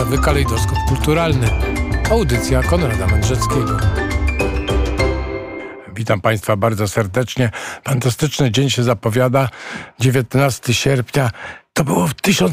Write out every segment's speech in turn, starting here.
tygodniowy kalejdoskop kulturalny. Audycja Konrada Mędrzeckiego. Witam Państwa bardzo serdecznie. Fantastyczny dzień się zapowiada. 19 sierpnia. To było w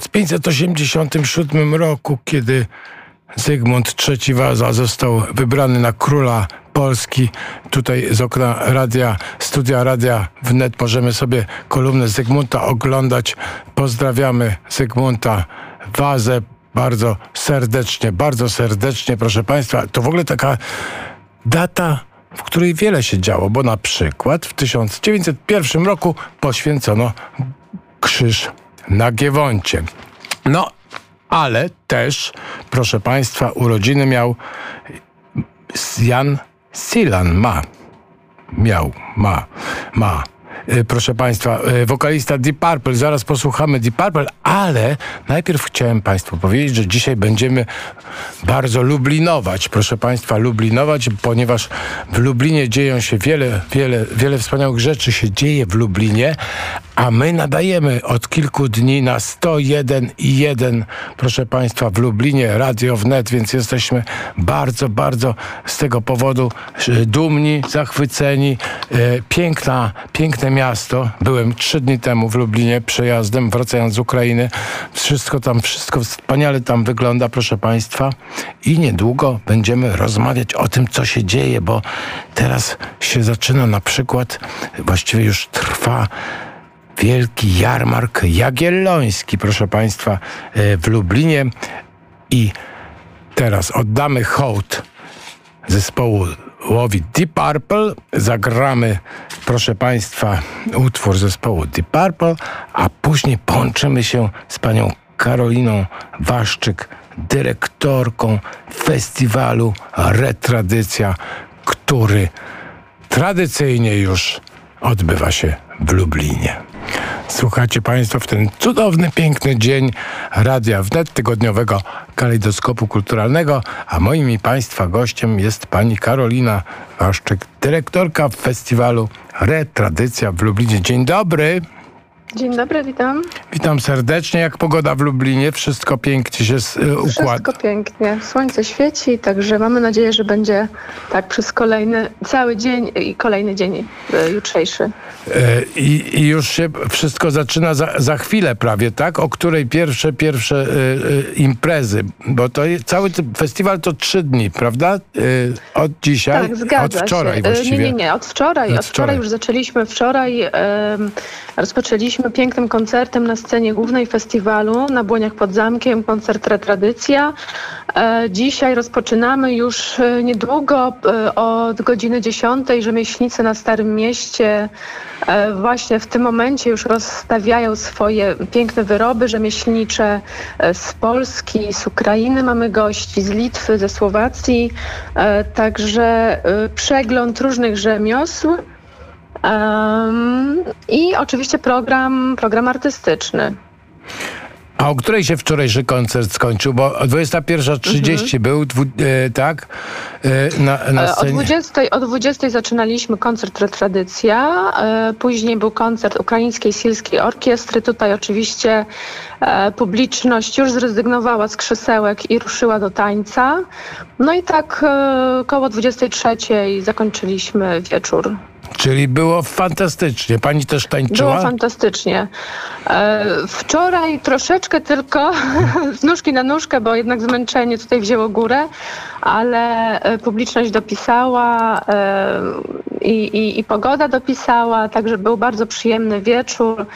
1587 roku, kiedy Zygmunt III Waza został wybrany na króla Polski. Tutaj z okna radia, studia Radia Wnet możemy sobie kolumnę Zygmunta oglądać. Pozdrawiamy Zygmunta Wazę bardzo serdecznie, proszę Państwa. To w ogóle taka data, w której wiele się działo, bo na przykład w 1901 roku poświęcono krzyż na Giewoncie. No, ale też, proszę Państwa, urodziny miał Jan Silan. Proszę Państwa, wokalista Deep Purple. Zaraz posłuchamy Deep Purple, ale najpierw chciałem Państwu powiedzieć, że dzisiaj będziemy bardzo lublinować. Proszę Państwa, lublinować, ponieważ w Lublinie dzieją się wiele wspaniałych rzeczy się dzieje w Lublinie, a my nadajemy od kilku dni na 101,1, proszę Państwa, w Lublinie, Radio Wnet, więc jesteśmy bardzo z tego powodu dumni, zachwyceni. Piękne miasto. Byłem 3 dni temu w Lublinie przejazdem, wracając z Ukrainy. Wszystko wspaniale tam wygląda, proszę Państwa. I niedługo będziemy rozmawiać o tym, co się dzieje, bo teraz się zaczyna na przykład, właściwie już trwa wielki jarmark jagielloński, proszę Państwa, w Lublinie. I teraz oddamy hołd zespołowi Deep Purple. Zagramy, proszę Państwa, utwór zespołu Deep Purple, a później połączymy się z panią Karoliną Waszczyk, dyrektorką festiwalu Retradycja, który tradycyjnie już odbywa się w Lublinie. Słuchacie Państwo w ten cudowny, piękny dzień Radia Wnet, tygodniowego kalejdoskopu kulturalnego, a moim i Państwa gościem jest pani Karolina Waszczyk, dyrektorka festiwalu Retradycja w Lublinie. Dzień dobry. Dzień dobry, witam. Witam serdecznie. Jak pogoda w Lublinie? Wszystko pięknie się układa? Wszystko pięknie. Słońce świeci, także mamy nadzieję, że będzie tak przez cały dzień i kolejny dzień jutrzejszy. I już się wszystko zaczyna za chwilę prawie, tak? O której pierwsze imprezy? Bo to cały festiwal to 3 dni, prawda? Od dzisiaj? Tak, zgadza od wczoraj się. właściwie. Nie, od wczoraj. Od wczoraj już zaczęliśmy. Wczoraj rozpoczęliśmy pięknym koncertem na scenie głównej festiwalu na Błoniach pod Zamkiem, koncert Retradycja. Dzisiaj rozpoczynamy już niedługo od godziny 10. Rzemieślnicy na Starym Mieście właśnie w tym momencie już rozstawiają swoje piękne wyroby rzemieślnicze z Polski, z Ukrainy mamy gości, z Litwy, ze Słowacji. Także przegląd różnych rzemiosł. I oczywiście program artystyczny. A o której się wczorajszy koncert skończył? Bo o 21:30 był, tak? Na scenie. O 20:00 zaczynaliśmy koncert Retradycja. Później był koncert Ukraińskiej Silskiej Orkiestry. Tutaj oczywiście publiczność już zrezygnowała z krzesełek i ruszyła do tańca. No i tak koło 23:00 zakończyliśmy wieczór. Czyli było fantastycznie. Pani też tańczyła? Było fantastycznie. Wczoraj troszeczkę tylko z nóżki na nóżkę, bo jednak zmęczenie tutaj wzięło górę, ale publiczność dopisała i pogoda dopisała, także był bardzo przyjemny wieczór.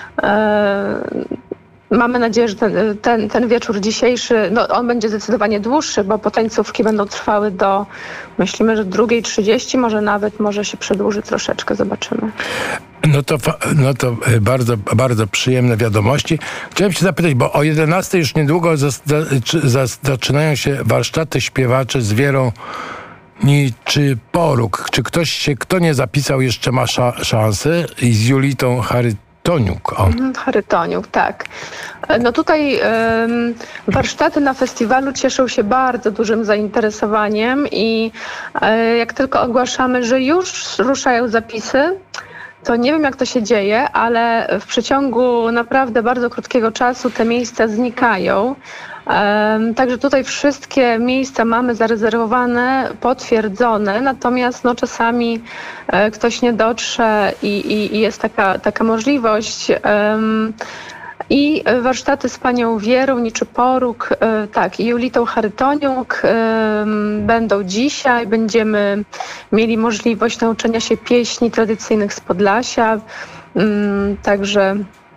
Mamy nadzieję, że ten wieczór dzisiejszy, on będzie zdecydowanie dłuższy, bo potańcówki będą trwały myślimy, że 2:30, może się przedłuży troszeczkę, zobaczymy. No to bardzo przyjemne wiadomości. Chciałem się zapytać, bo o 11:00 już niedługo zaczynają się warsztaty śpiewaczy z Wierą Niczyporuk. Czy kto nie zapisał, jeszcze ma szansę? I z Julitą Charytoniuk. Charytoniuk, tak. No tutaj warsztaty na festiwalu cieszą się bardzo dużym zainteresowaniem i jak tylko ogłaszamy, że już ruszają zapisy, to nie wiem, jak to się dzieje, ale w przeciągu naprawdę bardzo krótkiego czasu te miejsca znikają. Także tutaj wszystkie miejsca mamy zarezerwowane, potwierdzone, natomiast czasami ktoś nie dotrze i jest taka możliwość. I warsztaty z panią Wierą Niczyporuk, i Julitą Charytoniuk będą dzisiaj. Będziemy mieli możliwość nauczenia się pieśni tradycyjnych z Podlasia. Także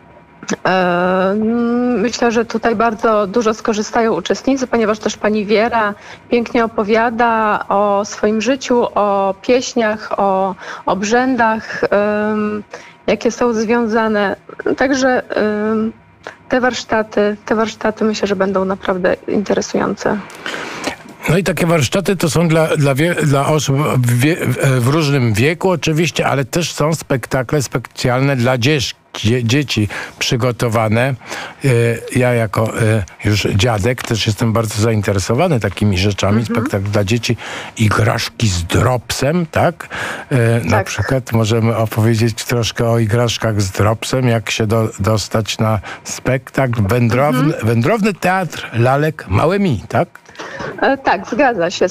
myślę, że tutaj bardzo dużo skorzystają uczestnicy, ponieważ też pani Wiera pięknie opowiada o swoim życiu, o pieśniach, o obrzędach, jakie są związane. Także te warsztaty myślę, że będą naprawdę interesujące. No i takie warsztaty to są dla osób w różnym wieku oczywiście, ale też są spektakle specjalne dla dzieci przygotowane. Ja jako już dziadek też jestem bardzo zainteresowany takimi rzeczami. Spektakl dla dzieci, igraszki z dropsem, tak? Na przykład możemy opowiedzieć troszkę o igraszkach z dropsem, jak się dostać na spektakl. Wędrowny teatr lalek Małe Mi, tak? Tak, zgadza się.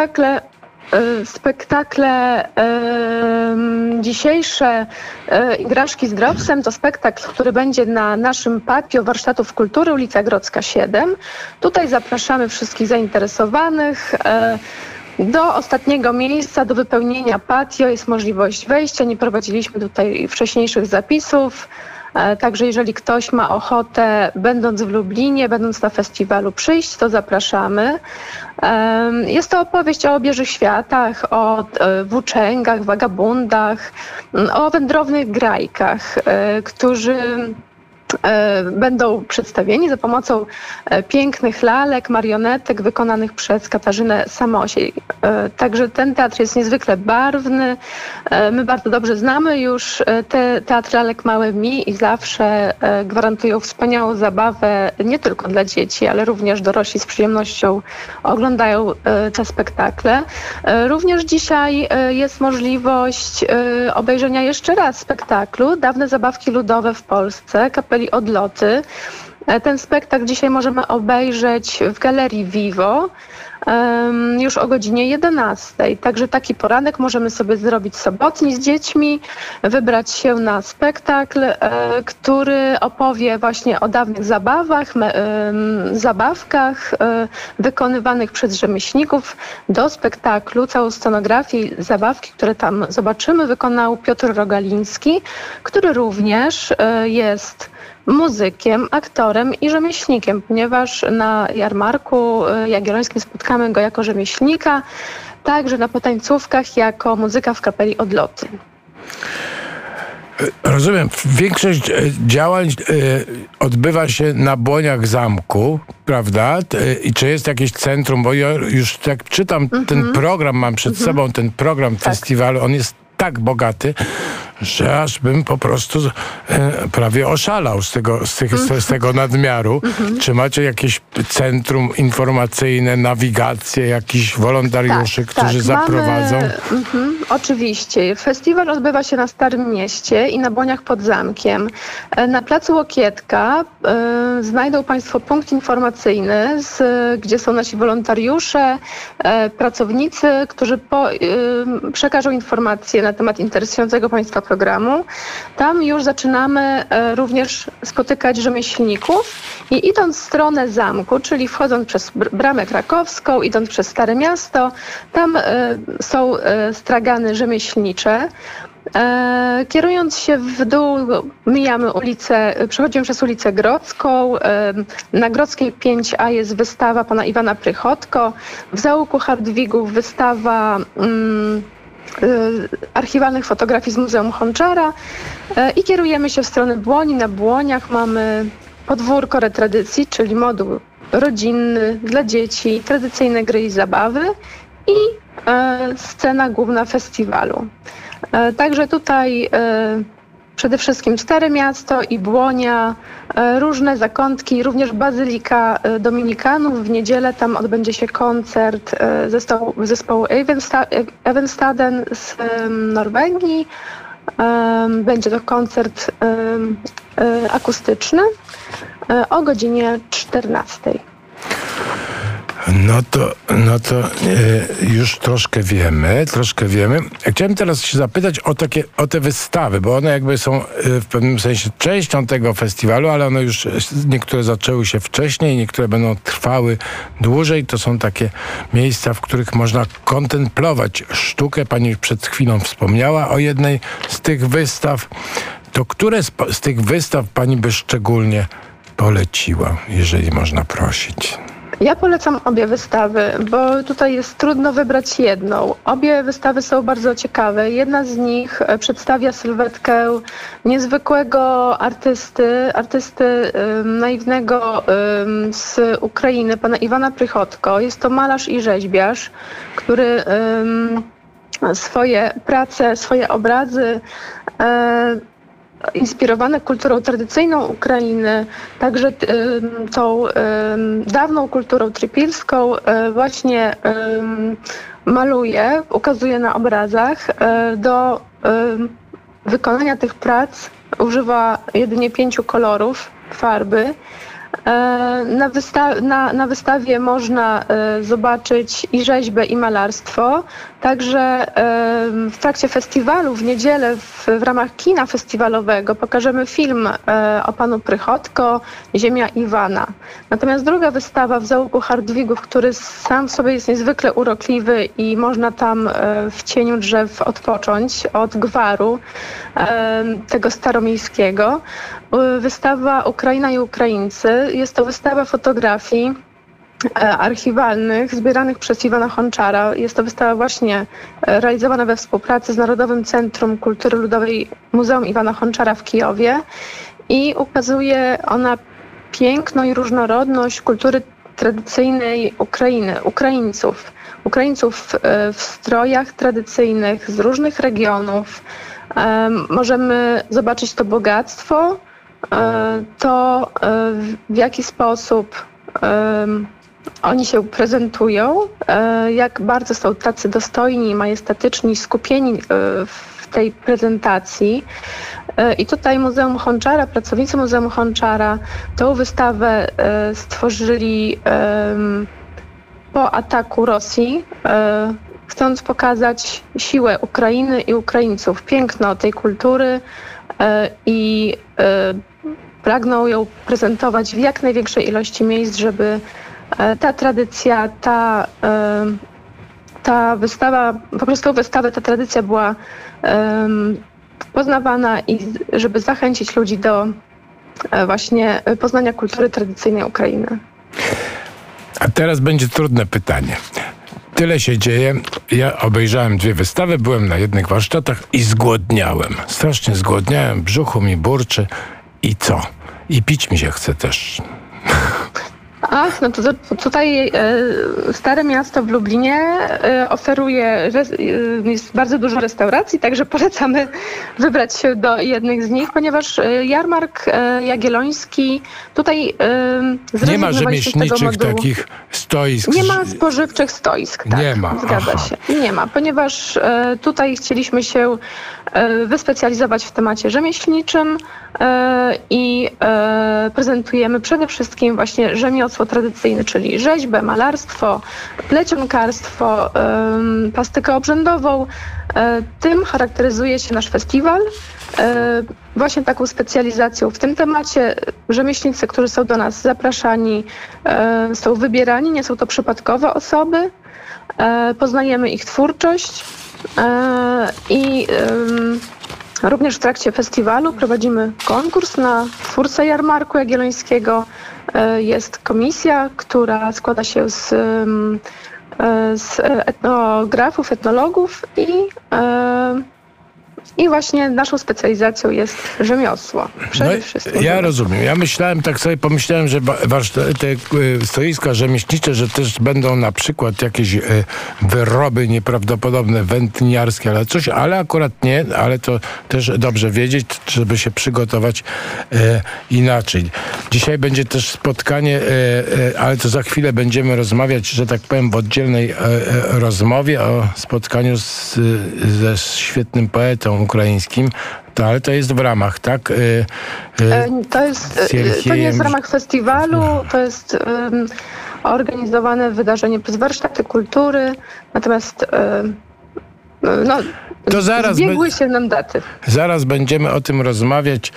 Spektakle dzisiejsze Igraszki z dropsem to spektakl, który będzie na naszym patio Warsztatów Kultury, ulica Grodzka 7. Tutaj zapraszamy wszystkich zainteresowanych. Do ostatniego miejsca, do wypełnienia patio jest możliwość wejścia. Nie prowadziliśmy tutaj wcześniejszych zapisów. Także jeżeli ktoś ma ochotę, będąc w Lublinie, będąc na festiwalu, przyjść, to zapraszamy. Jest to opowieść o obieżych światach, o włóczęgach, wagabundach, o wędrownych grajkach, którzy będą przedstawieni za pomocą pięknych lalek, marionetek wykonanych przez Katarzynę Samosiej. Także ten teatr jest niezwykle barwny. My bardzo dobrze znamy już te teatry lalek Małe Mi i zawsze gwarantują wspaniałą zabawę nie tylko dla dzieci, ale również dorośli z przyjemnością oglądają te spektakle. Również dzisiaj jest możliwość obejrzenia jeszcze raz spektaklu Dawne zabawki ludowe w Polsce, Kapeli Odloty. Ten spektakl dzisiaj możemy obejrzeć w Galerii Vivo już o godzinie 11. Także taki poranek możemy sobie zrobić sobotni z dziećmi, wybrać się na spektakl, który opowie właśnie o dawnych zabawkach wykonywanych przez rzemieślników. Do spektaklu całą scenografię i zabawki, które tam zobaczymy, wykonał Piotr Rogaliński, który również jest muzykiem, aktorem i rzemieślnikiem, ponieważ na jarmarku jagiellońskim spotkamy go jako rzemieślnika, także na potańcówkach jako muzyka w Kapeli Odloty. Rozumiem. Większość działań odbywa się na błoniach zamku, prawda? I czy jest jakieś centrum? Bo ja już tak czytam ten program, mam przed sobą ten program festiwalu, on jest tak bogaty, że aż bym po prostu prawie oszalał z tego nadmiaru. Czy macie jakieś centrum informacyjne, nawigację, jakichś wolontariuszy, którzy zaprowadzą? Oczywiście. Festiwal odbywa się na Starym Mieście i na Błoniach pod zamkiem. Na placu Łokietka znajdą Państwo punkt informacyjny, gdzie są nasi wolontariusze, pracownicy, którzy przekażą informacje na temat interesującego Państwa programu. Tam już zaczynamy również spotykać rzemieślników i idąc w stronę zamku, czyli wchodząc przez Bramę Krakowską, idąc przez Stare Miasto, tam są stragany rzemieślnicze. Kierując się w dół, mijamy przechodzimy przez ulicę Grodzką. Na Grodzkiej 5A jest wystawa pana Iwana Prychotko. W załuku Hardwigów wystawa archiwalnych fotografii z Muzeum Honczara i kierujemy się w stronę Błoni. Na Błoniach mamy podwórko retradycji, czyli moduł rodzinny dla dzieci, tradycyjne gry i zabawy i scena główna festiwalu. Także tutaj przede wszystkim Stare Miasto i Błonia, różne zakątki, również Bazylika Dominikanów. W niedzielę tam odbędzie się koncert zespołu Evenstaden z Norwegii. Będzie to koncert akustyczny o godzinie 14. No to już troszkę wiemy. Chciałem teraz się zapytać o te wystawy, bo one jakby są w pewnym sensie częścią tego festiwalu, ale one już niektóre zaczęły się wcześniej, niektóre będą trwały dłużej. To są takie miejsca, w których można kontemplować sztukę. Pani przed chwilą wspomniała o jednej z tych wystaw. To które z tych wystaw pani by szczególnie poleciła, jeżeli można prosić? Ja polecam obie wystawy, bo tutaj jest trudno wybrać jedną. Obie wystawy są bardzo ciekawe. Jedna z nich przedstawia sylwetkę niezwykłego artysty naiwnego z Ukrainy, pana Iwana Prychodko. Jest to malarz i rzeźbiarz, który swoje prace, swoje obrazy inspirowane kulturą tradycyjną Ukrainy, także tą dawną kulturą trypilską właśnie maluje, ukazuje na obrazach. Do wykonania tych prac używa jedynie 5 kolorów farby. Na wystawie można zobaczyć i rzeźbę, i malarstwo. Także w trakcie festiwalu w niedzielę w ramach kina festiwalowego pokażemy film o panu Prychodko, Ziemia Iwana. Natomiast druga wystawa w załuku Hardwigów, który sam w sobie jest niezwykle urokliwy i można tam w cieniu drzew odpocząć od gwaru tego staromiejskiego. Wystawa Ukraina i Ukraińcy. Jest to wystawa fotografii archiwalnych zbieranych przez Iwana Honczara. Jest to wystawa właśnie realizowana we współpracy z Narodowym Centrum Kultury Ludowej Muzeum Iwana Honczara w Kijowie i ukazuje ona piękno i różnorodność kultury tradycyjnej Ukrainy, Ukraińców w strojach tradycyjnych z różnych regionów. Możemy zobaczyć to bogactwo, to w jaki sposób oni się prezentują, jak bardzo są tacy dostojni, majestatyczni, skupieni w tej prezentacji. I tutaj Muzeum Honczara, pracownicy Muzeum Honczara tą wystawę stworzyli po ataku Rosji, chcąc pokazać siłę Ukrainy i Ukraińców, piękno tej kultury i pragną ją prezentować w jak największej ilości miejsc, żeby ta tradycja, ta wystawa, po prostu wystawę, ta tradycja była poznawana i żeby zachęcić ludzi do właśnie poznania kultury tradycyjnej Ukrainy. A teraz będzie trudne pytanie. Tyle się dzieje. Ja obejrzałem 2 wystawy, byłem na jednych warsztatach i zgłodniałem. Strasznie zgłodniałem, brzuchu mi burczy i co? I pić mi się chce też. Ach, no to tutaj Stare Miasto w Lublinie oferuje, jest bardzo dużo restauracji, także polecamy wybrać się do jednych z nich, ponieważ jarmark jagielloński tutaj nie ma rzemieślniczych takich stoisk. Nie ma spożywczych stoisk, tak. Nie ma. Zgadza się. Nie ma, ponieważ tutaj chcieliśmy się wyspecjalizować w temacie rzemieślniczym i prezentujemy przede wszystkim właśnie rzemiosło tradycyjne, czyli rzeźbę, malarstwo, plecionkarstwo, plastykę obrzędową. Tym charakteryzuje się nasz festiwal. Właśnie taką specjalizacją w tym temacie. Rzemieślnicy, którzy są do nas zapraszani, są wybierani, nie są to przypadkowe osoby. Poznajemy ich twórczość i również w trakcie festiwalu prowadzimy konkurs na twórcę jarmarku jagiellońskiego. Jest komisja, która składa się z etnografów, etnologów i właśnie naszą specjalizacją jest rzemiosło. Przede wszystkim. Ja rozumiem. Ja pomyślałem, że te stoiska rzemieślnicze, że też będą na przykład jakieś wyroby nieprawdopodobne, wędniarskie, ale akurat nie, ale to też dobrze wiedzieć, żeby się przygotować inaczej. Dzisiaj będzie też spotkanie, ale to za chwilę będziemy rozmawiać, że tak powiem, w oddzielnej rozmowie o spotkaniu ze świetnym poetą ukraińskim, ale to jest w ramach, tak? To nie jest w ramach festiwalu, to jest organizowane wydarzenie przez warsztaty kultury, natomiast to zaraz zbiegły się nam daty. Zaraz będziemy o tym rozmawiać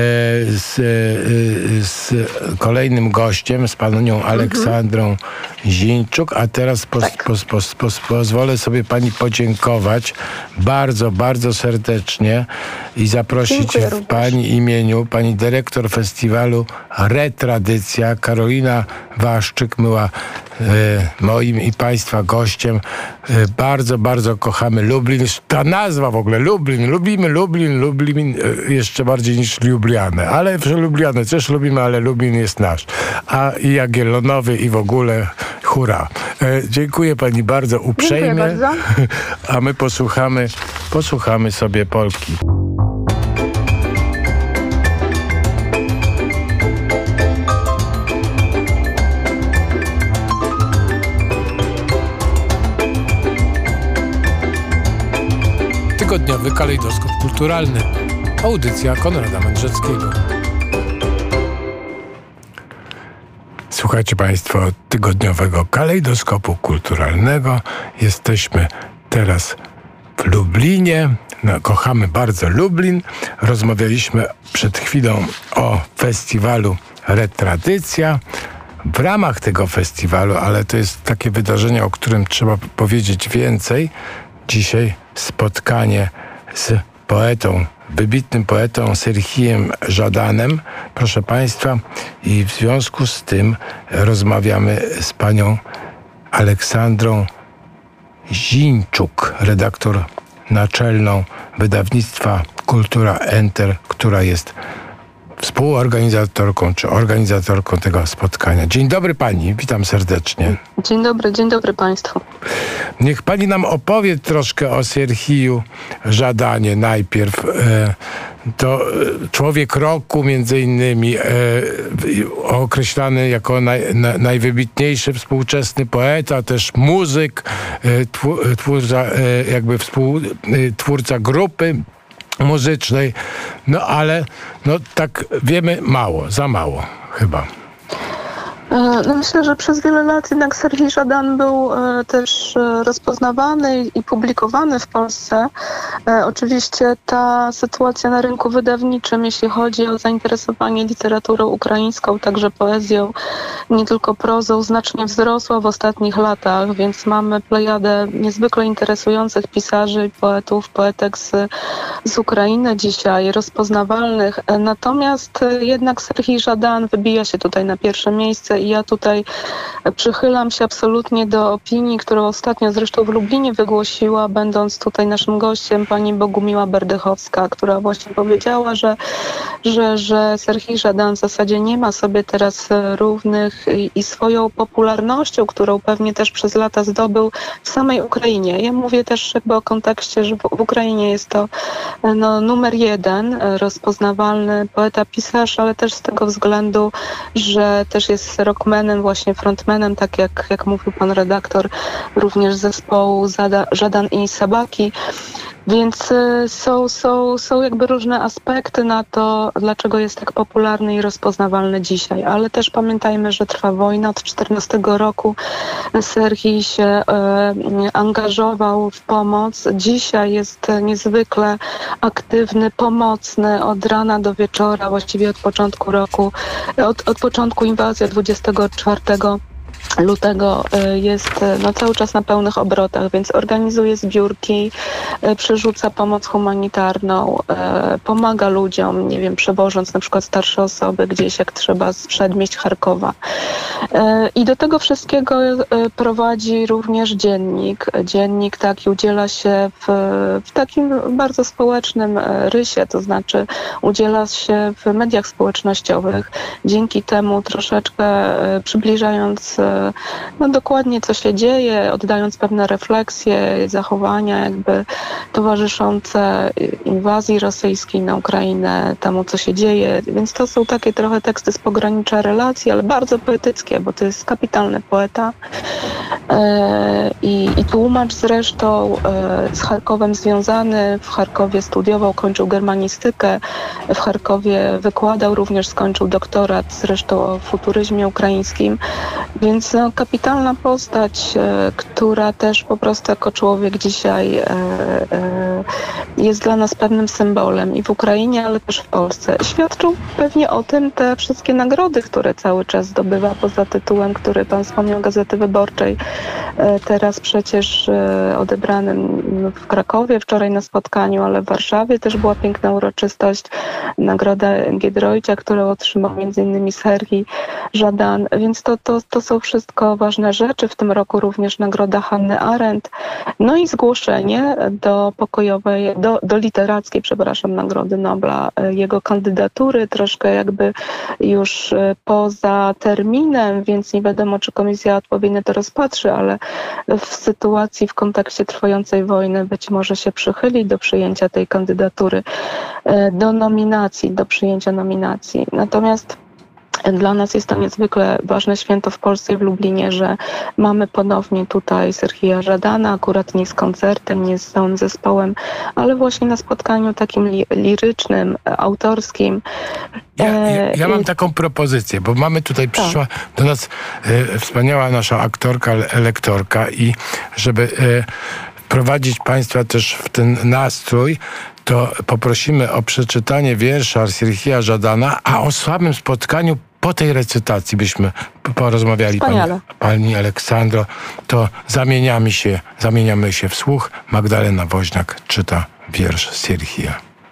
z kolejnym gościem, z panią Aleksandrą Zińczuk, a teraz pozwolę sobie pani podziękować bardzo, bardzo serdecznie i zaprosić w pani imieniu pani dyrektor festiwalu Retradycja, Karolina Waszczyk, była moim i państwa gościem. Bardzo, bardzo kochamy Lublin. Ta nazwa w ogóle, Lublin. Lubimy Lublin jeszcze bardziej niż Lublianę. Ale Lublianę też lubimy, ale Lublin jest nasz. A i Jagiellonowy i w ogóle hurra. Dziękuję pani bardzo uprzejmie. Dziękuję bardzo. A my posłuchamy sobie Polki. Tygodniowy kalejdoskop kulturalny. Audycja Konrada Mędrzeckiego. Słuchajcie państwo tygodniowego kalejdoskopu kulturalnego. Jesteśmy teraz w Lublinie. Kochamy bardzo Lublin. Rozmawialiśmy przed chwilą o festiwalu Retradycja. W ramach tego festiwalu, ale to jest takie wydarzenie, o którym trzeba powiedzieć więcej, dzisiaj spotkanie z poetą, wybitnym poetą Serhijem Żadanem, proszę państwa, i w związku z tym rozmawiamy z panią Aleksandrą Zińczuk, redaktor naczelną wydawnictwa Kultura Enter, która jest współorganizatorką czy organizatorką tego spotkania. Dzień dobry pani, witam serdecznie. Dzień dobry państwu. Niech pani nam opowie troszkę o Serhiju Żadanie najpierw. To człowiek roku między innymi, określany jako najwybitniejszy współczesny poeta, też muzyk, twórca grupy muzycznej, ale tak wiemy mało, za mało chyba. Myślę, że przez wiele lat jednak Serhij Żadan był też rozpoznawany i publikowany w Polsce. Oczywiście ta sytuacja na rynku wydawniczym, jeśli chodzi o zainteresowanie literaturą ukraińską, także poezją, nie tylko prozą, znacznie wzrosła w ostatnich latach, więc mamy plejadę niezwykle interesujących pisarzy i poetów, poetek z Ukrainy dzisiaj, rozpoznawalnych. Natomiast jednak Serhij Żadan wybija się tutaj na pierwsze miejsce i ja tutaj przychylam się absolutnie do opinii, którą ostatnio zresztą w Lublinie wygłosiła, będąc tutaj naszym gościem, pani Bogumiła Berdychowska, która właśnie powiedziała, że Serhij Żadan w zasadzie nie ma sobie teraz równych i swoją popularnością, którą pewnie też przez lata zdobył w samej Ukrainie. Ja mówię też jakby o kontekście, że w Ukrainie jest to numer jeden, rozpoznawalny poeta, pisarz, ale też z tego względu, że też jest rockmanem, właśnie frontmanem, tak jak mówił pan redaktor, również zespołu Żadan i Sabaki. Więc są jakby różne aspekty na to, dlaczego jest tak popularny i rozpoznawalny dzisiaj. Ale też pamiętajmy, że trwa wojna. Od 14 roku Serhij się angażował w pomoc. Dzisiaj jest niezwykle aktywny, pomocny od rana do wieczora, właściwie od początku roku, od początku inwazji 24 lutego jest cały czas na pełnych obrotach, więc organizuje zbiórki, przerzuca pomoc humanitarną, pomaga ludziom, nie wiem, przewożąc na przykład starsze osoby gdzieś, jak trzeba, z przedmieść Charkowa. I do tego wszystkiego prowadzi również dziennik taki udziela się w takim bardzo społecznym rysie, to znaczy udziela się w mediach społecznościowych, dzięki temu troszeczkę przybliżając dokładnie co się dzieje, oddając pewne refleksje, zachowania jakby towarzyszące inwazji rosyjskiej na Ukrainę, temu co się dzieje, więc to są takie trochę teksty z pogranicza relacji, ale bardzo poetyckie, bo to jest kapitalny poeta i tłumacz zresztą, z Charkowem związany, w Charkowie studiował, kończył germanistykę, w Charkowie wykładał, również skończył doktorat zresztą o futuryzmie ukraińskim, więc kapitalna postać, która też po prostu jako człowiek dzisiaj jest dla nas pewnym symbolem i w Ukrainie, ale też w Polsce. Świadczą pewnie o tym te wszystkie nagrody, które cały czas zdobywa, poza tytułem, który pan wspomniał, Gazety Wyborczej, teraz przecież odebranym w Krakowie, wczoraj na spotkaniu, ale w Warszawie też była piękna uroczystość, nagroda Giedroycia, którą otrzymał m.in. Serhii Żadan, więc to są wszystko ważne rzeczy. W tym roku również nagroda Hanny Arendt, no i zgłoszenie do pokojowej, do literackiej, Nagrody Nobla, jego kandydatury, troszkę jakby już poza terminem, więc nie wiadomo, czy komisja odpowiednio to rozpatrzy, ale w sytuacji, w kontekście trwającej wojny być może się przychyli do przyjęcia tej kandydatury, do przyjęcia nominacji. Natomiast dla nas jest to niezwykle ważne święto w Polsce i w Lublinie, że mamy ponownie tutaj Serhija Żadana, akurat nie z koncertem, nie z całym zespołem, ale właśnie na spotkaniu takim lirycznym, autorskim. Ja mam taką propozycję, bo mamy tutaj, przyszła do nas wspaniała nasza aktorka, lektorka i żeby wprowadzić Państwa też w ten nastrój, to poprosimy o przeczytanie wiersza Serhija Żadana, a o samym spotkaniu po tej recytacji byśmy porozmawiali, pani Aleksandro, to zamieniamy się w słuch. Magdalena Woźniak czyta wiersz Serhija.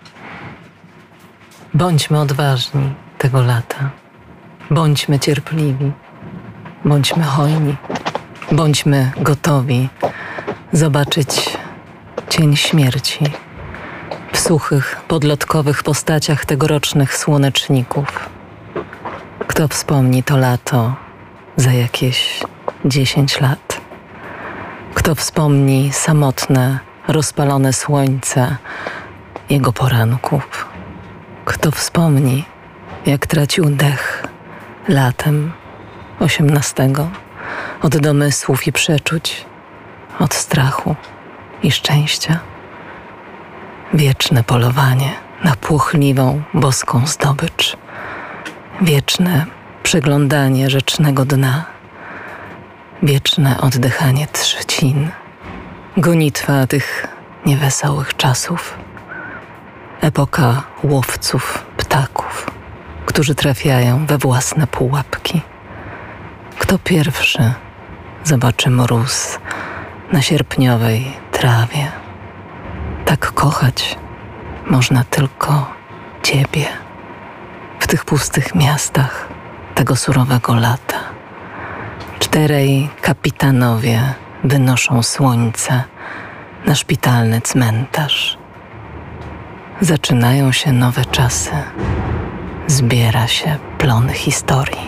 Bądźmy odważni tego lata. Bądźmy cierpliwi. Bądźmy hojni. Bądźmy gotowi zobaczyć cień śmierci w suchych, podlotkowych postaciach tegorocznych słoneczników. Kto wspomni to lato za jakieś 10 lat? Kto wspomni samotne, rozpalone słońce jego poranków? Kto wspomni, jak tracił dech latem 18 od domysłów i przeczuć, od strachu i szczęścia? Wieczne polowanie na płochliwą, boską zdobycz. Wieczne przeglądanie rzecznego dna. Wieczne oddychanie trzcin. Gonitwa tych niewesołych czasów. Epoka łowców ptaków, którzy trafiają we własne pułapki. Kto pierwszy zobaczy mróz na sierpniowej trawie? Tak kochać można tylko Ciebie w tych pustych miastach tego surowego lata. 4 kapitanowie wynoszą słońce na szpitalny cmentarz. Zaczynają się nowe czasy. Zbiera się plon historii.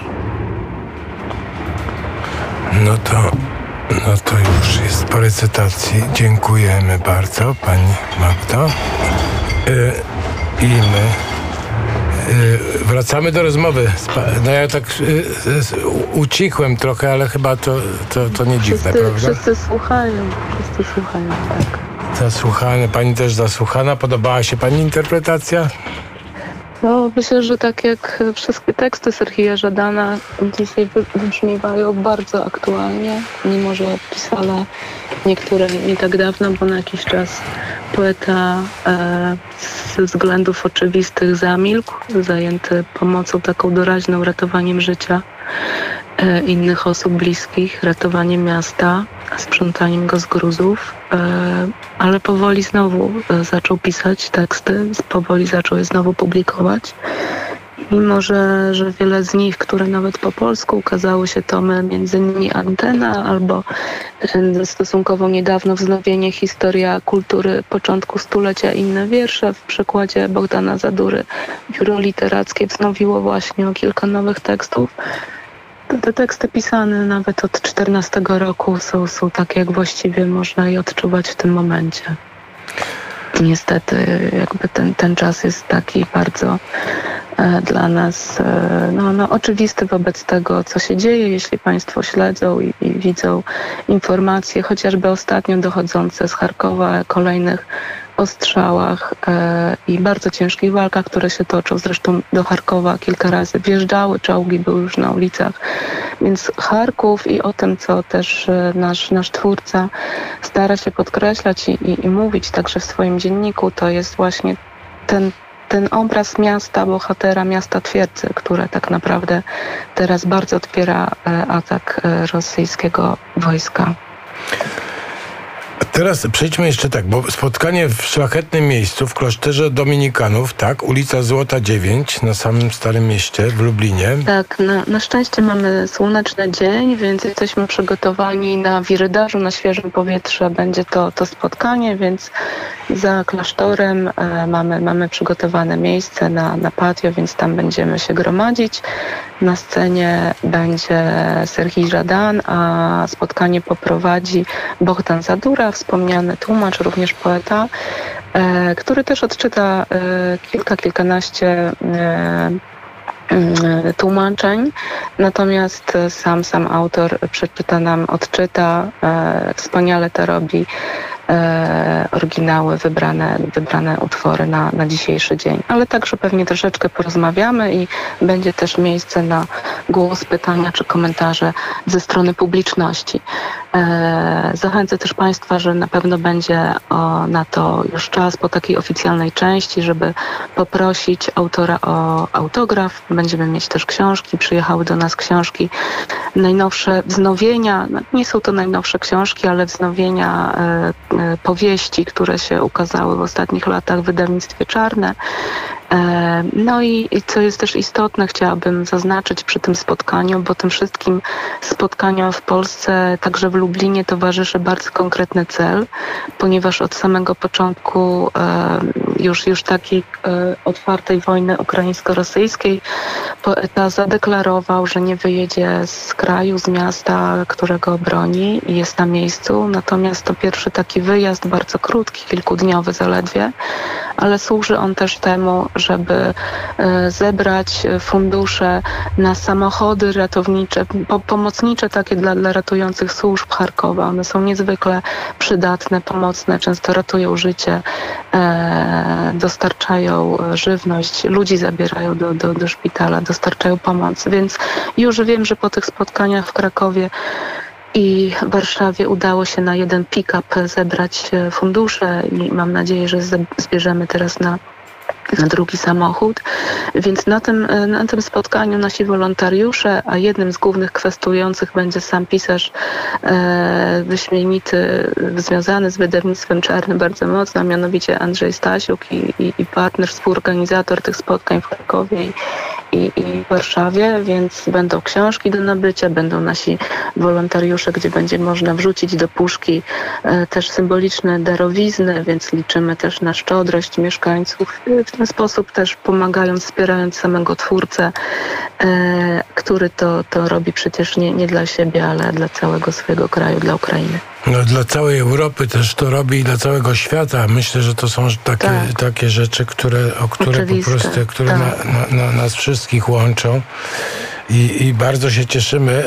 No to już jest po recytacji. Dziękujemy bardzo, pani Magdo. I my wracamy do rozmowy. No ja tak ucichłem trochę, ale chyba to nie dziwne, prawda? Wszyscy słuchają, tak. Zasłuchane, pani też zasłuchana. Podobała się pani interpretacja? No, myślę, że tak jak wszystkie teksty Serhija Żadana dzisiaj wybrzmiewają bardzo aktualnie, mimo że pisane niektóre nie tak dawno, bo na jakiś czas poeta ze względów oczywistych zamilkł, zajęty pomocą taką doraźną, ratowaniem życia innych osób bliskich, ratowaniem miasta, sprzątaniem go z gruzów, ale powoli znowu zaczął pisać teksty, powoli zaczął je znowu publikować. Mimo, że wiele z nich, które nawet po polsku ukazały się tomy, między innymi Antena albo stosunkowo niedawno wznowienie Historia kultury początku stulecia, inne wiersze w przekładzie Bogdana Zadury. Biuro Literackie wznowiło właśnie o kilka nowych tekstów. Te teksty pisane nawet od 14 roku są takie, jak właściwie można je odczuwać w tym momencie. Niestety jakby ten czas jest taki bardzo dla nas oczywisty wobec tego, co się dzieje, jeśli Państwo śledzą i widzą informacje, chociażby ostatnio dochodzące z Charkowa, kolejnych ostrzałach i bardzo ciężkich walkach, które się toczą. Zresztą do Charkowa kilka razy wjeżdżały, czołgi były już na ulicach. Więc Charków i o tym, co też nasz twórca stara się podkreślać i mówić także w swoim dzienniku, to jest właśnie ten obraz miasta, bohatera, miasta twierdzy, które tak naprawdę teraz bardzo odpiera atak rosyjskiego wojska. Teraz przejdźmy jeszcze tak, bo spotkanie w szlachetnym miejscu, w klasztorze Dominikanów, tak, ulica Złota 9 na samym Starym Mieście w Lublinie. Tak, na szczęście mamy słoneczny dzień, więc jesteśmy przygotowani na wirydarzu, na świeżym powietrzu będzie to spotkanie, więc za klasztorem mamy przygotowane miejsce na patio, więc tam będziemy się gromadzić. Na scenie będzie Serhij Żadan, a spotkanie poprowadzi Bohdan Zadura, wspomniany tłumacz, również poeta, który też odczyta kilkanaście tłumaczeń, natomiast sam autor odczyta, wspaniale to robi, oryginały, wybrane utwory na dzisiejszy dzień. Ale także pewnie troszeczkę porozmawiamy i będzie też miejsce na głos, pytania czy komentarze ze strony publiczności. Zachęcę też Państwa, że na pewno będzie na to już czas po takiej oficjalnej części, żeby poprosić autora o autograf. Będziemy mieć też książki, przyjechały do nas książki, najnowsze wznowienia, nie są to najnowsze książki, ale wznowienia powieści, które się ukazały w ostatnich latach w wydawnictwie Czarne. No i co jest też istotne, chciałabym zaznaczyć przy tym spotkaniu, bo tym wszystkim spotkaniom w Polsce, także w Lublinie, towarzyszy bardzo konkretny cel, ponieważ od samego początku już takiej otwartej wojny ukraińsko-rosyjskiej poeta zadeklarował, że nie wyjedzie z kraju, z miasta, którego broni i jest na miejscu. Natomiast to pierwszy taki wyjazd, bardzo krótki, kilkudniowy zaledwie, ale służy on też temu, żeby zebrać fundusze na samochody ratownicze, pomocnicze takie dla ratujących służb Charkowa. One są niezwykle przydatne, pomocne, często ratują życie, dostarczają żywność, ludzi zabierają do szpitala, dostarczają pomoc. Więc już wiem, że po tych spotkaniach w Krakowie i w Warszawie udało się na jeden pick-up zebrać fundusze i mam nadzieję, że zbierzemy teraz na drugi samochód. Więc na tym spotkaniu nasi wolontariusze, a jednym z głównych kwestujących będzie sam pisarz wyśmienity, związany z wydawnictwem Czarnym bardzo mocno, a mianowicie Andrzej Stasiuk i partner, współorganizator tych spotkań w Krakowie i w Warszawie, więc będą książki do nabycia, będą nasi wolontariusze, gdzie będzie można wrzucić do puszki też symboliczne darowizny, więc liczymy też na szczodrość mieszkańców. W ten sposób też pomagając, wspierając samego twórcę, który to robi przecież nie dla siebie, ale dla całego swojego kraju, dla Ukrainy. No, dla całej Europy też to robi i dla całego świata. Myślę, że to są takie rzeczy, które oczywiste, po prostu, które nas wszystkich łączą. I bardzo się cieszymy,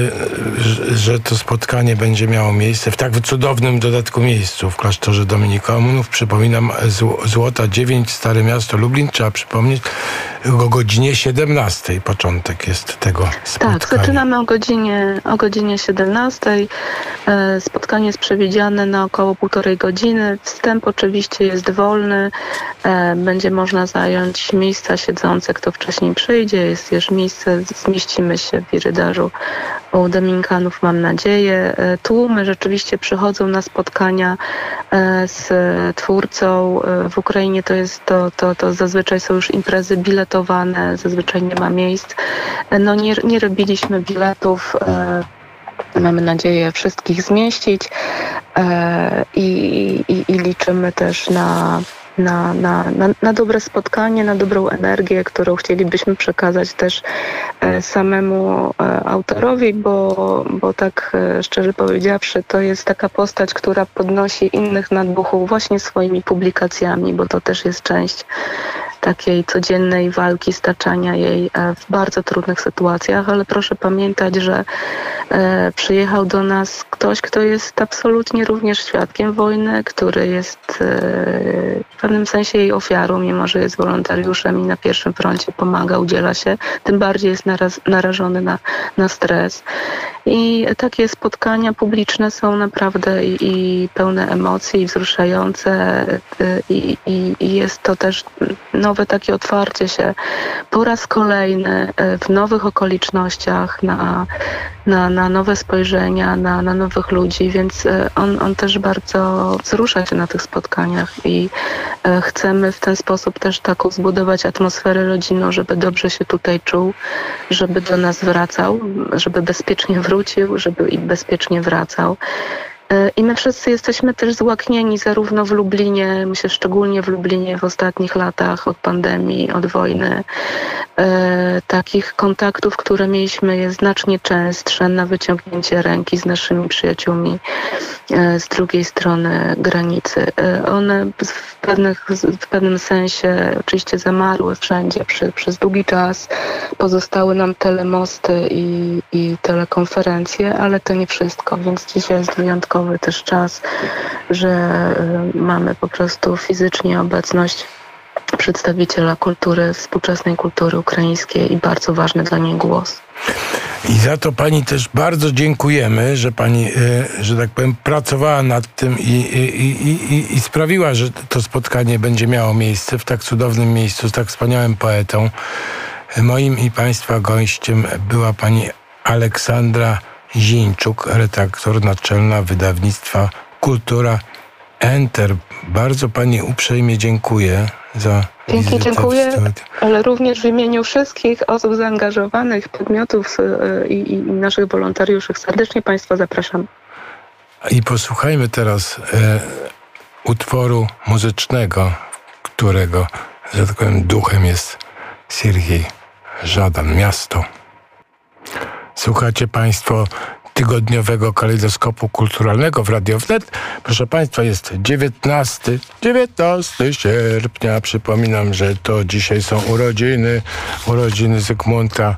że to spotkanie będzie miało miejsce w tak cudownym dodatku miejscu w klasztorze Dominikanów. Przypominam, Złota 9, Stare Miasto, Lublin. Trzeba przypomnieć, o godzinie 17 początek jest tego spotkania. Tak, zaczynamy o godzinie 17. Spotkanie jest przewidziane na około 1,5 godziny. Wstęp oczywiście jest wolny. Będzie można zająć miejsca siedzące, kto wcześniej przyjdzie. Jest już miejsce, zmieścimy się w wirydarzu u Dominikanów, mam nadzieję. Tłumy rzeczywiście przychodzą na spotkania z twórcą. W Ukrainie to zazwyczaj są już imprezy biletowane, zazwyczaj nie ma miejsc. No nie robiliśmy biletów. Mamy nadzieję wszystkich zmieścić i liczymy też na dobre spotkanie, na dobrą energię, którą chcielibyśmy przekazać też samemu autorowi, bo tak szczerze powiedziawszy, to jest taka postać, która podnosi innych nad duchu właśnie swoimi publikacjami, bo to też jest część takiej codziennej walki, staczania jej w bardzo trudnych sytuacjach, ale proszę pamiętać, że przyjechał do nas ktoś, kto jest absolutnie również świadkiem wojny, który jest w pewnym sensie jej ofiarą, mimo że jest wolontariuszem i na pierwszym froncie pomaga, udziela się, tym bardziej jest narażony na stres. I takie spotkania publiczne są naprawdę i pełne emocji, i wzruszające, i jest to też nowe takie otwarcie się po raz kolejny w nowych okolicznościach na nowe spojrzenia, na nowych ludzi, więc on też bardzo wzrusza się na tych spotkaniach i chcemy w ten sposób też taką zbudować atmosferę rodzinną, żeby dobrze się tutaj czuł, żeby do nas wracał, żeby bezpiecznie wrócił, żeby i bezpiecznie wracał. I my wszyscy jesteśmy też złaknieni zarówno w Lublinie, myślę szczególnie w Lublinie w ostatnich latach od pandemii, od wojny. Takich kontaktów, które mieliśmy, jest znacznie częstsze na wyciągnięcie ręki z naszymi przyjaciółmi z drugiej strony granicy. One w pewnym sensie oczywiście zamarły wszędzie przez długi czas. Pozostały nam telemosty i telekonferencje, ale to nie wszystko, więc dzisiaj jest wyjątkowy też czas, że mamy po prostu fizycznie obecność przedstawiciela kultury, współczesnej kultury ukraińskiej i bardzo ważny dla niej głos. I za to pani też bardzo dziękujemy, że pani, że tak powiem, pracowała nad tym i sprawiła, że to spotkanie będzie miało miejsce w tak cudownym miejscu, z tak wspaniałym poetą. Moim i państwa gościem była pani Aleksandra Zińczuk, redaktor naczelna wydawnictwa Kultura Enter. Bardzo pani uprzejmie dziękuję za Pięknie dziękuję, ale również w imieniu wszystkich osób zaangażowanych, podmiotów i naszych wolontariuszy serdecznie państwa zapraszam. I posłuchajmy teraz utworu muzycznego, którego, że tak powiem, duchem jest Serhiej Żadan, Miasto. Słuchacie państwo tygodniowego kalejdoskopu kulturalnego w Radio Wnet. Proszę państwa, jest 19 sierpnia. Przypominam, że to dzisiaj są urodziny Zygmunta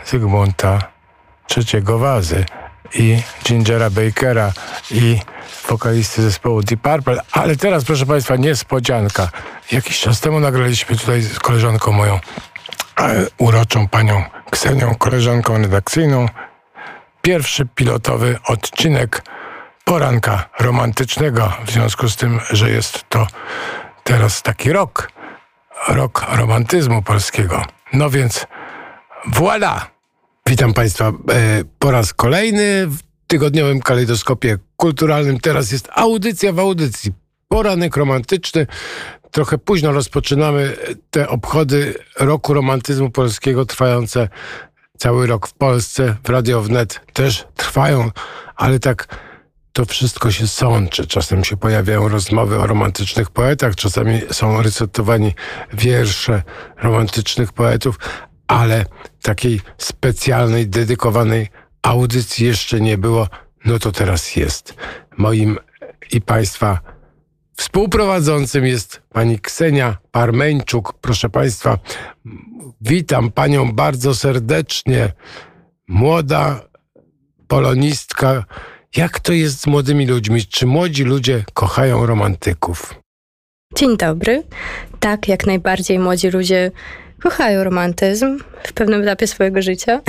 III Wazy i Gingera Bakera i wokalisty zespołu Deep Purple. Ale teraz, proszę państwa, niespodzianka. Jakiś czas temu nagraliśmy tutaj z koleżanką moją, uroczą panią Ksenią, koleżanką redakcyjną, pierwszy pilotowy odcinek poranka romantycznego, w związku z tym, że jest to teraz taki rok romantyzmu polskiego. No więc voilà! Witam państwa po raz kolejny w tygodniowym kalejdoskopie kulturalnym. Teraz jest audycja w audycji. Poranek romantyczny. Trochę późno rozpoczynamy te obchody roku romantyzmu polskiego, trwające cały rok w Polsce. W Radio Wnet też trwają, ale tak to wszystko się sączy. Czasem się pojawiają rozmowy o romantycznych poetach, czasami są recytowani wiersze romantycznych poetów, ale takiej specjalnej, dedykowanej audycji jeszcze nie było. No to teraz jest. Moim i państwa współprowadzącym jest pani Ksenia Parmeńczuk. Proszę państwa, witam panią bardzo serdecznie. Młoda polonistka. Jak to jest z młodymi ludźmi? Czy młodzi ludzie kochają romantyków? Dzień dobry. Tak, jak najbardziej młodzi ludzie kochają romantyzm w pewnym etapie swojego życia.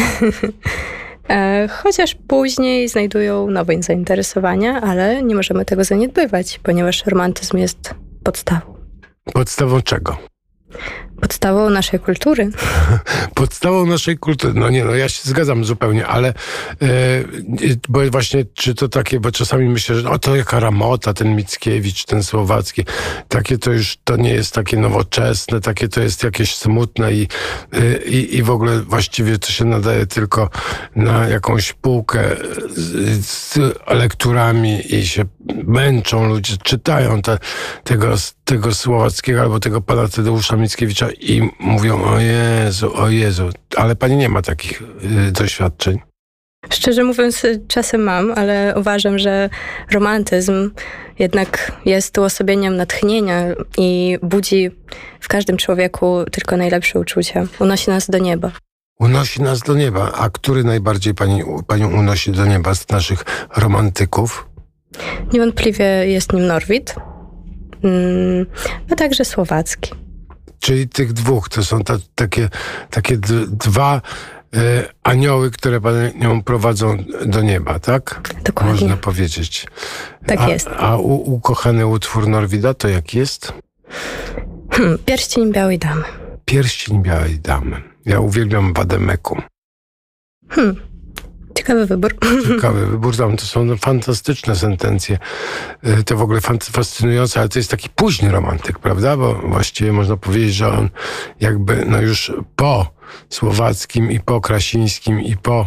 Chociaż później znajdują nowe zainteresowania, ale nie możemy tego zaniedbywać, ponieważ romantyzm jest podstawą. Podstawą czego? Podstawą naszej kultury. Podstawą naszej kultury. No nie, no ja się zgadzam zupełnie, ale bo właśnie, czy to takie, bo czasami myślę, że to jaka ramota, ten Mickiewicz, ten Słowacki, takie to już, to nie jest takie nowoczesne, takie to jest jakieś smutne i w ogóle właściwie to się nadaje tylko na jakąś półkę z lekturami i się męczą ludzie, czytają tego Słowackiego albo tego pana Tadeusza Mickiewicza i mówią, o Jezu, ale pani nie ma takich doświadczeń. Szczerze mówiąc, czasem mam, ale uważam, że romantyzm jednak jest uosobieniem natchnienia i budzi w każdym człowieku tylko najlepsze uczucia. Unosi nas do nieba. Unosi nas do nieba. A który najbardziej panią unosi do nieba z naszych romantyków? Niewątpliwie jest nim Norwid, a także Słowacki. Czyli tych dwóch, to są takie dwa anioły, które panią prowadzą do nieba, tak? Dokładnie. Można powiedzieć. Tak jest. A ukochany utwór Norwida to jaki jest? Pierścień Białej Damy. Pierścień Białej Damy. Ja uwielbiam Wademeku. Ciekawy wybór. Ciekawy wybór. Tam to są fantastyczne sentencje. To w ogóle fascynujące, ale to jest taki późny romantyk, prawda? Bo właściwie można powiedzieć, że on jakby już po Słowackim i po Krasińskim i po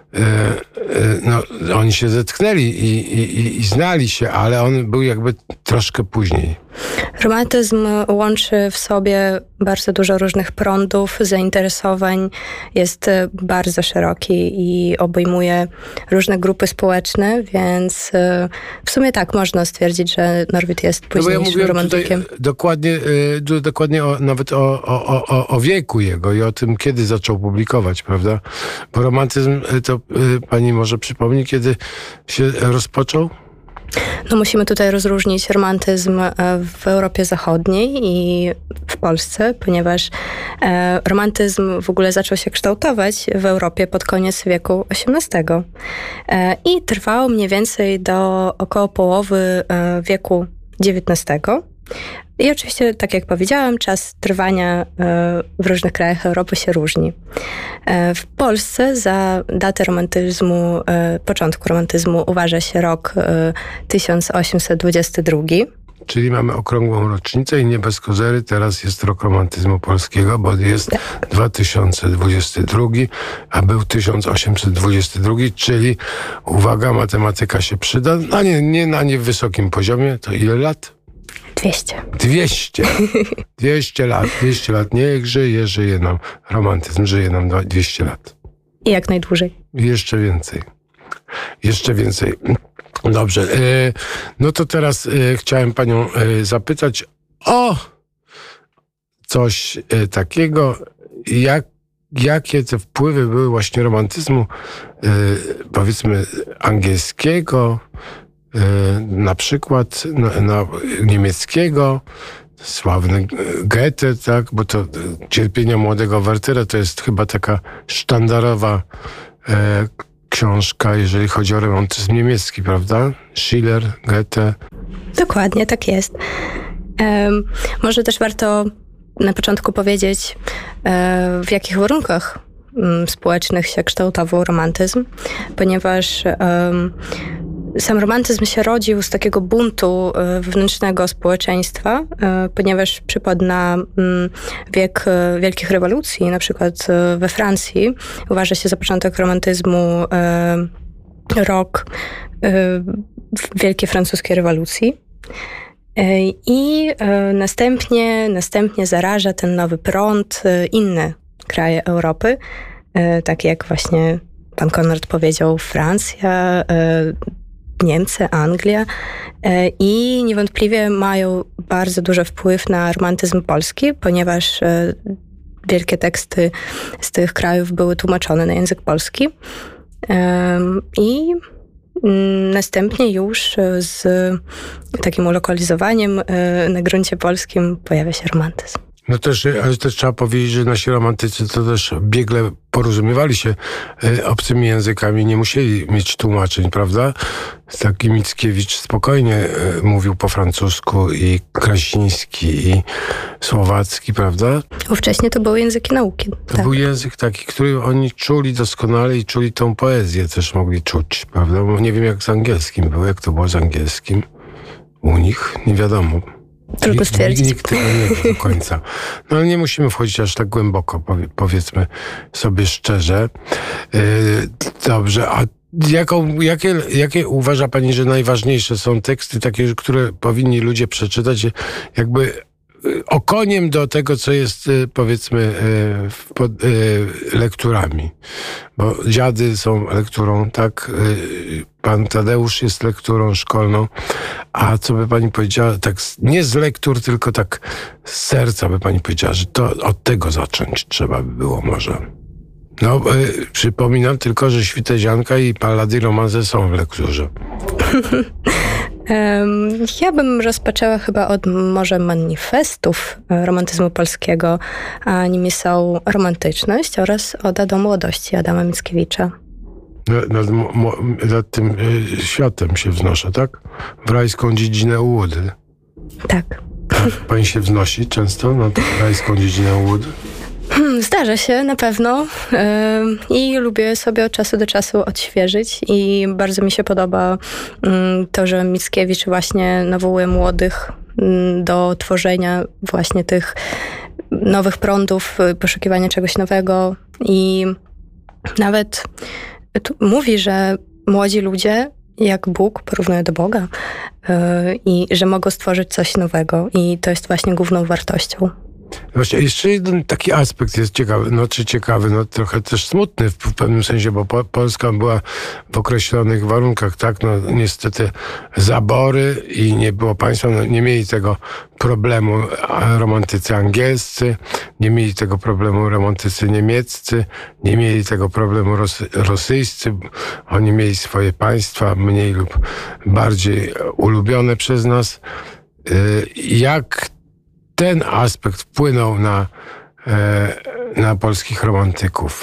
oni się zetknęli i znali się, ale on był jakby troszkę później. Romantyzm łączy w sobie bardzo dużo różnych prądów, zainteresowań, jest bardzo szeroki i obejmuje różne grupy społeczne, więc w sumie tak, można stwierdzić, że Norwid jest późniejszym romantykiem. Dokładnie nawet o wieku jego i o tym, kiedy zaczął publikować, prawda? Bo romantyzm, to pani może przypomni, kiedy się rozpoczął? No musimy tutaj rozróżnić romantyzm w Europie Zachodniej i w Polsce, ponieważ romantyzm w ogóle zaczął się kształtować w Europie pod koniec wieku XVIII i trwał mniej więcej do około połowy wieku XIX. I oczywiście, tak jak powiedziałam, czas trwania w różnych krajach Europy się różni. W Polsce za datę romantyzmu, początku romantyzmu uważa się rok 1822. Czyli mamy okrągłą rocznicę i nie bez kozery teraz jest rok romantyzmu polskiego, bo jest 2022, a był 1822, czyli uwaga, matematyka się przyda, a nie na wysokim poziomie. To ile lat? 200. 200 lat. Niech żyje nam romantyzm, żyje nam 200 lat. I jak najdłużej. Jeszcze więcej. Dobrze. No to teraz chciałem panią zapytać o coś takiego, jakie te wpływy były właśnie romantyzmu, powiedzmy angielskiego, na przykład na niemieckiego, sławny Goethe, tak, bo to Cierpienia młodego Wertera to jest chyba taka sztandarowa książka, jeżeli chodzi o romantyzm niemiecki, prawda? Schiller, Goethe. Dokładnie, tak jest. Może też warto na początku powiedzieć, w jakich warunkach społecznych się kształtował romantyzm, ponieważ sam romantyzm się rodził z takiego buntu wewnętrznego społeczeństwa, ponieważ przypadł na wiek wielkich rewolucji, na przykład we Francji. Uważa się za początek romantyzmu rok Wielkiej Francuskiej Rewolucji. I następnie zaraża ten nowy prąd inne kraje Europy, takie jak właśnie pan Konrad powiedział, Francja, Niemcy, Anglia i niewątpliwie mają bardzo duży wpływ na romantyzm polski, ponieważ wielkie teksty z tych krajów były tłumaczone na język polski i następnie już z takim ulokalizowaniem na gruncie polskim pojawia się romantyzm. No też, ale też trzeba powiedzieć, że nasi romantycy to też biegle porozumiewali się obcymi językami, nie musieli mieć tłumaczeń, prawda? Taki Mickiewicz spokojnie mówił po francusku i Krasiński i Słowacki, prawda? Ówcześnie to były języki nauki. To był język taki, który oni czuli doskonale i czuli tą poezję też mogli czuć, prawda? Bo nie wiem jak z angielskim było, jak to było z angielskim u nich, nie wiadomo. Trudno stwierdzić. Nikt tego nie wie do końca. No ale nie musimy wchodzić aż tak głęboko, powiedzmy sobie szczerze. Dobrze, a jakie uważa pani, że najważniejsze są teksty takie, które powinni ludzie przeczytać, jakby okoniem do tego, co jest, powiedzmy, lekturami. Bo dziady są lekturą, tak? Pan Tadeusz jest lekturą szkolną. A co by pani powiedziała, tak nie z lektur, tylko tak z serca by pani powiedziała, że to od tego zacząć trzeba by było może. No, przypominam tylko, że Świtezianka i Pallady Romanze są w lekturze. Ja bym rozpoczęła chyba od może manifestów romantyzmu polskiego, a nimi są Romantyczność oraz Oda do młodości Adama Mickiewicza. Nad tym światem się wznoszę, tak? W rajską dziedzinę Ułudy. Tak. Pani się wznosi często na rajską dziedzinę Ułudy? Zdarza się, na pewno. I lubię sobie od czasu do czasu odświeżyć i bardzo mi się podoba to, że Mickiewicz właśnie nawołuje młodych do tworzenia właśnie tych nowych prądów, poszukiwania czegoś nowego i nawet mówi, że młodzi ludzie jak Bóg porównuje do Boga i że mogą stworzyć coś nowego i to jest właśnie główną wartością. Właśnie, jeszcze jeden taki aspekt jest ciekawy, trochę też smutny w pewnym sensie, bo Polska była w określonych warunkach, tak, niestety zabory i nie było państwa, nie mieli tego problemu romantycy angielscy, nie mieli tego problemu romantycy niemieccy, nie mieli tego problemu rosyjscy, oni mieli swoje państwa, mniej lub bardziej ulubione przez nas. Jak ten aspekt wpłynął na polskich romantyków?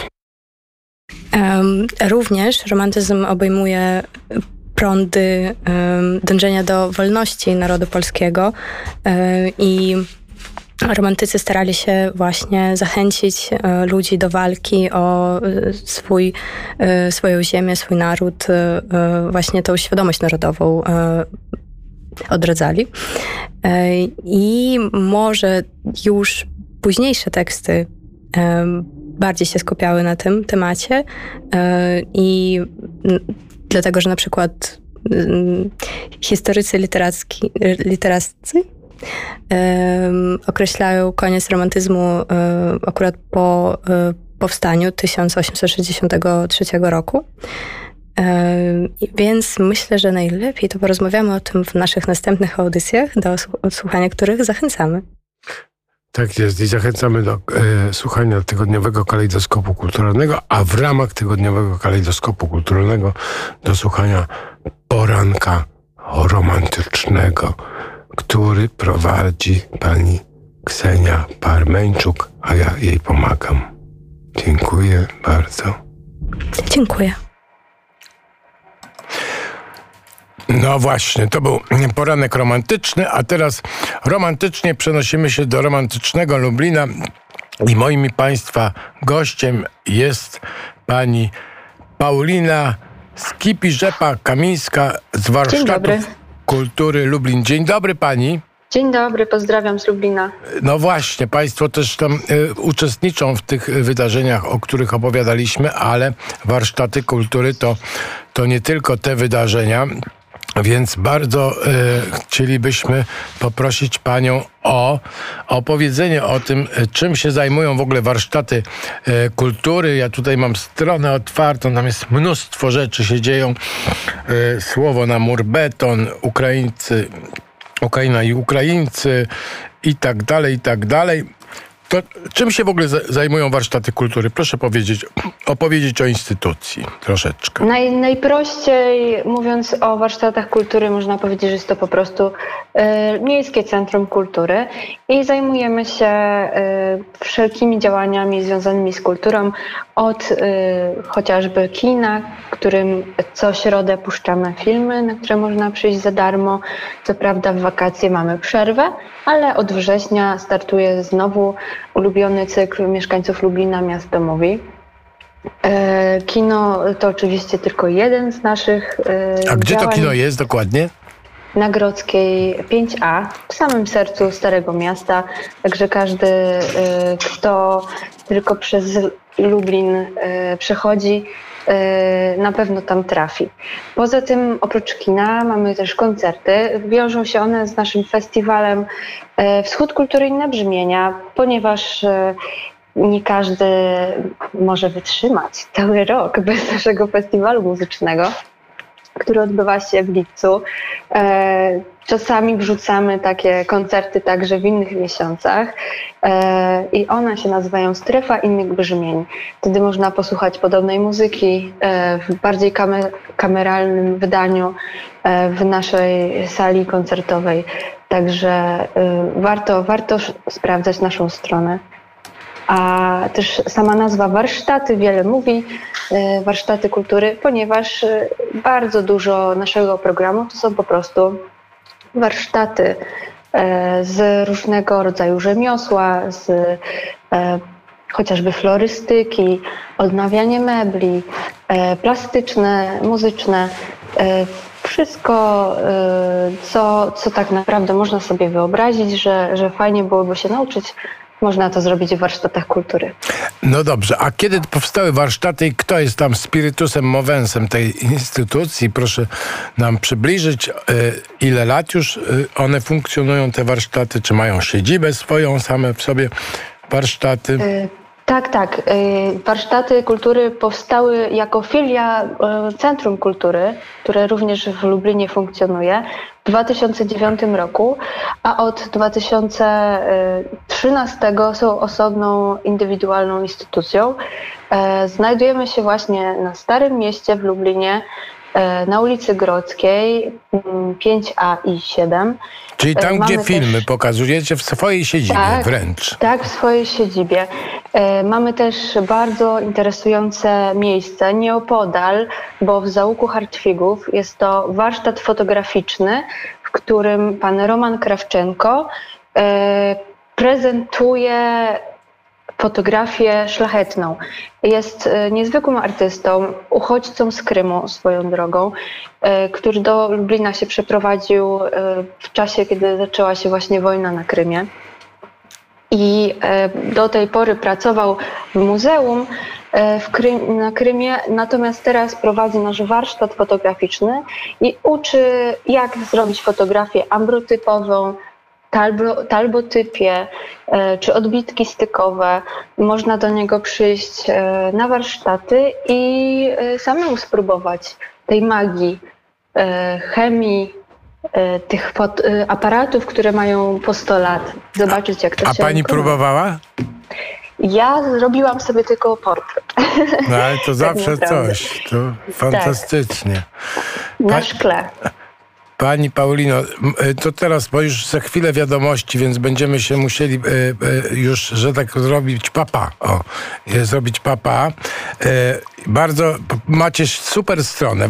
Również romantyzm obejmuje prądy dążenia do wolności narodu polskiego i romantycy starali się właśnie zachęcić ludzi do walki o swoją ziemię, swój naród, właśnie tą świadomość narodową odradzali. I może już późniejsze teksty bardziej się skupiały na tym temacie i dlatego, że na przykład historycy literaccy określają koniec romantyzmu akurat po powstaniu 1863 roku. Więc myślę, że najlepiej to porozmawiamy o tym w naszych następnych audycjach, do odsłuchania których zachęcamy. Tak jest i zachęcamy do słuchania tygodniowego kalejdoskopu kulturalnego, a w ramach tygodniowego kalejdoskopu kulturalnego do słuchania poranka romantycznego, który prowadzi pani Ksenia Parmeńczuk, a ja jej pomagam. Dziękuję bardzo. Dziękuję. No właśnie, to był poranek romantyczny, a teraz romantycznie przenosimy się do romantycznego Lublina i moim i państwa gościem jest pani Paulina Skipi-Rzepa-Kamińska z Warsztatów Kultury Lublin. Dzień dobry pani. Dzień dobry, pozdrawiam z Lublina. No właśnie, państwo też tam uczestniczą w tych wydarzeniach, o których opowiadaliśmy, ale warsztaty kultury to nie tylko te wydarzenia, więc bardzo chcielibyśmy poprosić panią o opowiedzenie o tym, czym się zajmują w ogóle warsztaty kultury. Ja tutaj mam stronę otwartą, tam jest mnóstwo rzeczy się dzieją. Słowo na mur, beton, Ukraina i Ukraińcy i tak dalej, i tak dalej. To czym się w ogóle zajmują warsztaty kultury? Proszę opowiedzieć o instytucji troszeczkę. Najprościej mówiąc o warsztatach kultury, można powiedzieć, że jest to po prostu Miejskie Centrum Kultury i zajmujemy się wszelkimi działaniami związanymi z kulturą, od chociażby kina, którym co środę puszczamy filmy, na które można przyjść za darmo. Co prawda w wakacje mamy przerwę, ale od września startuje znowu ulubiony cykl mieszkańców Lublina Miasto Mówi. Kino to oczywiście tylko jeden z naszych A gdzie to kino jest dokładnie? Na Grodzkiej 5A, w samym sercu Starego Miasta. Także każdy, kto tylko przez Lublin przechodzi, na pewno tam trafi. Poza tym oprócz kina mamy też koncerty. Wiążą się one z naszym festiwalem Wschód Kultury Inne Brzmienia, ponieważ nie każdy może wytrzymać cały rok bez naszego festiwalu muzycznego, który odbywa się w lipcu. Czasami wrzucamy takie koncerty także w innych miesiącach i one się nazywają Strefa Innych Brzmień. Wtedy można posłuchać podobnej muzyki w bardziej kameralnym wydaniu w naszej sali koncertowej. Także warto sprawdzać naszą stronę. A też sama nazwa warsztaty wiele mówi, warsztaty kultury, ponieważ bardzo dużo naszego programu to są po prostu warsztaty z różnego rodzaju rzemiosła, z chociażby florystyki, odnawianie mebli, plastyczne, muzyczne, wszystko, co tak naprawdę można sobie wyobrazić, że fajnie byłoby się nauczyć. Można to zrobić w warsztatach kultury. No dobrze, a kiedy powstały warsztaty i kto jest tam spirytusem movensem tej instytucji? Proszę nam przybliżyć, ile lat już one funkcjonują, te warsztaty, czy mają siedzibę swoją same w sobie warsztaty? Tak. Warsztaty kultury powstały jako filia Centrum Kultury, które również w Lublinie funkcjonuje, w 2009 roku, a od 2013 są osobną, indywidualną instytucją. Znajdujemy się właśnie na Starym Mieście w Lublinie, na ulicy Grodzkiej 5A i 7. Czyli tam, Mamy gdzie filmy też pokazujecie w swojej siedzibie wręcz. Tak, w swojej siedzibie. Mamy też bardzo interesujące miejsce nieopodal, bo w Załuku Hartwigów jest to warsztat fotograficzny, w którym pan Roman Krawczenko prezentuje fotografię szlachetną. Jest niezwykłym artystą, uchodźcą z Krymu swoją drogą, który do Lublina się przeprowadził w czasie, kiedy zaczęła się właśnie wojna na Krymie. I do tej pory pracował w muzeum na Krymie, natomiast teraz prowadzi nasz warsztat fotograficzny i uczy, jak zrobić fotografię ambrotypową, talbotypię czy odbitki stykowe. Można do niego przyjść na warsztaty i samemu spróbować tej magii, chemii, tych aparatów, które mają po 100 lat. Zobaczyć, jak to się... A pani próbowała? Ja zrobiłam sobie tylko portret. No ale to zawsze tak coś. To fantastycznie. Na szkle. Pani Paulino, to teraz, bo już za chwilę wiadomości, więc będziemy się musieli już, że tak zrobić papa. Zrobić papa. Bardzo macie super stronę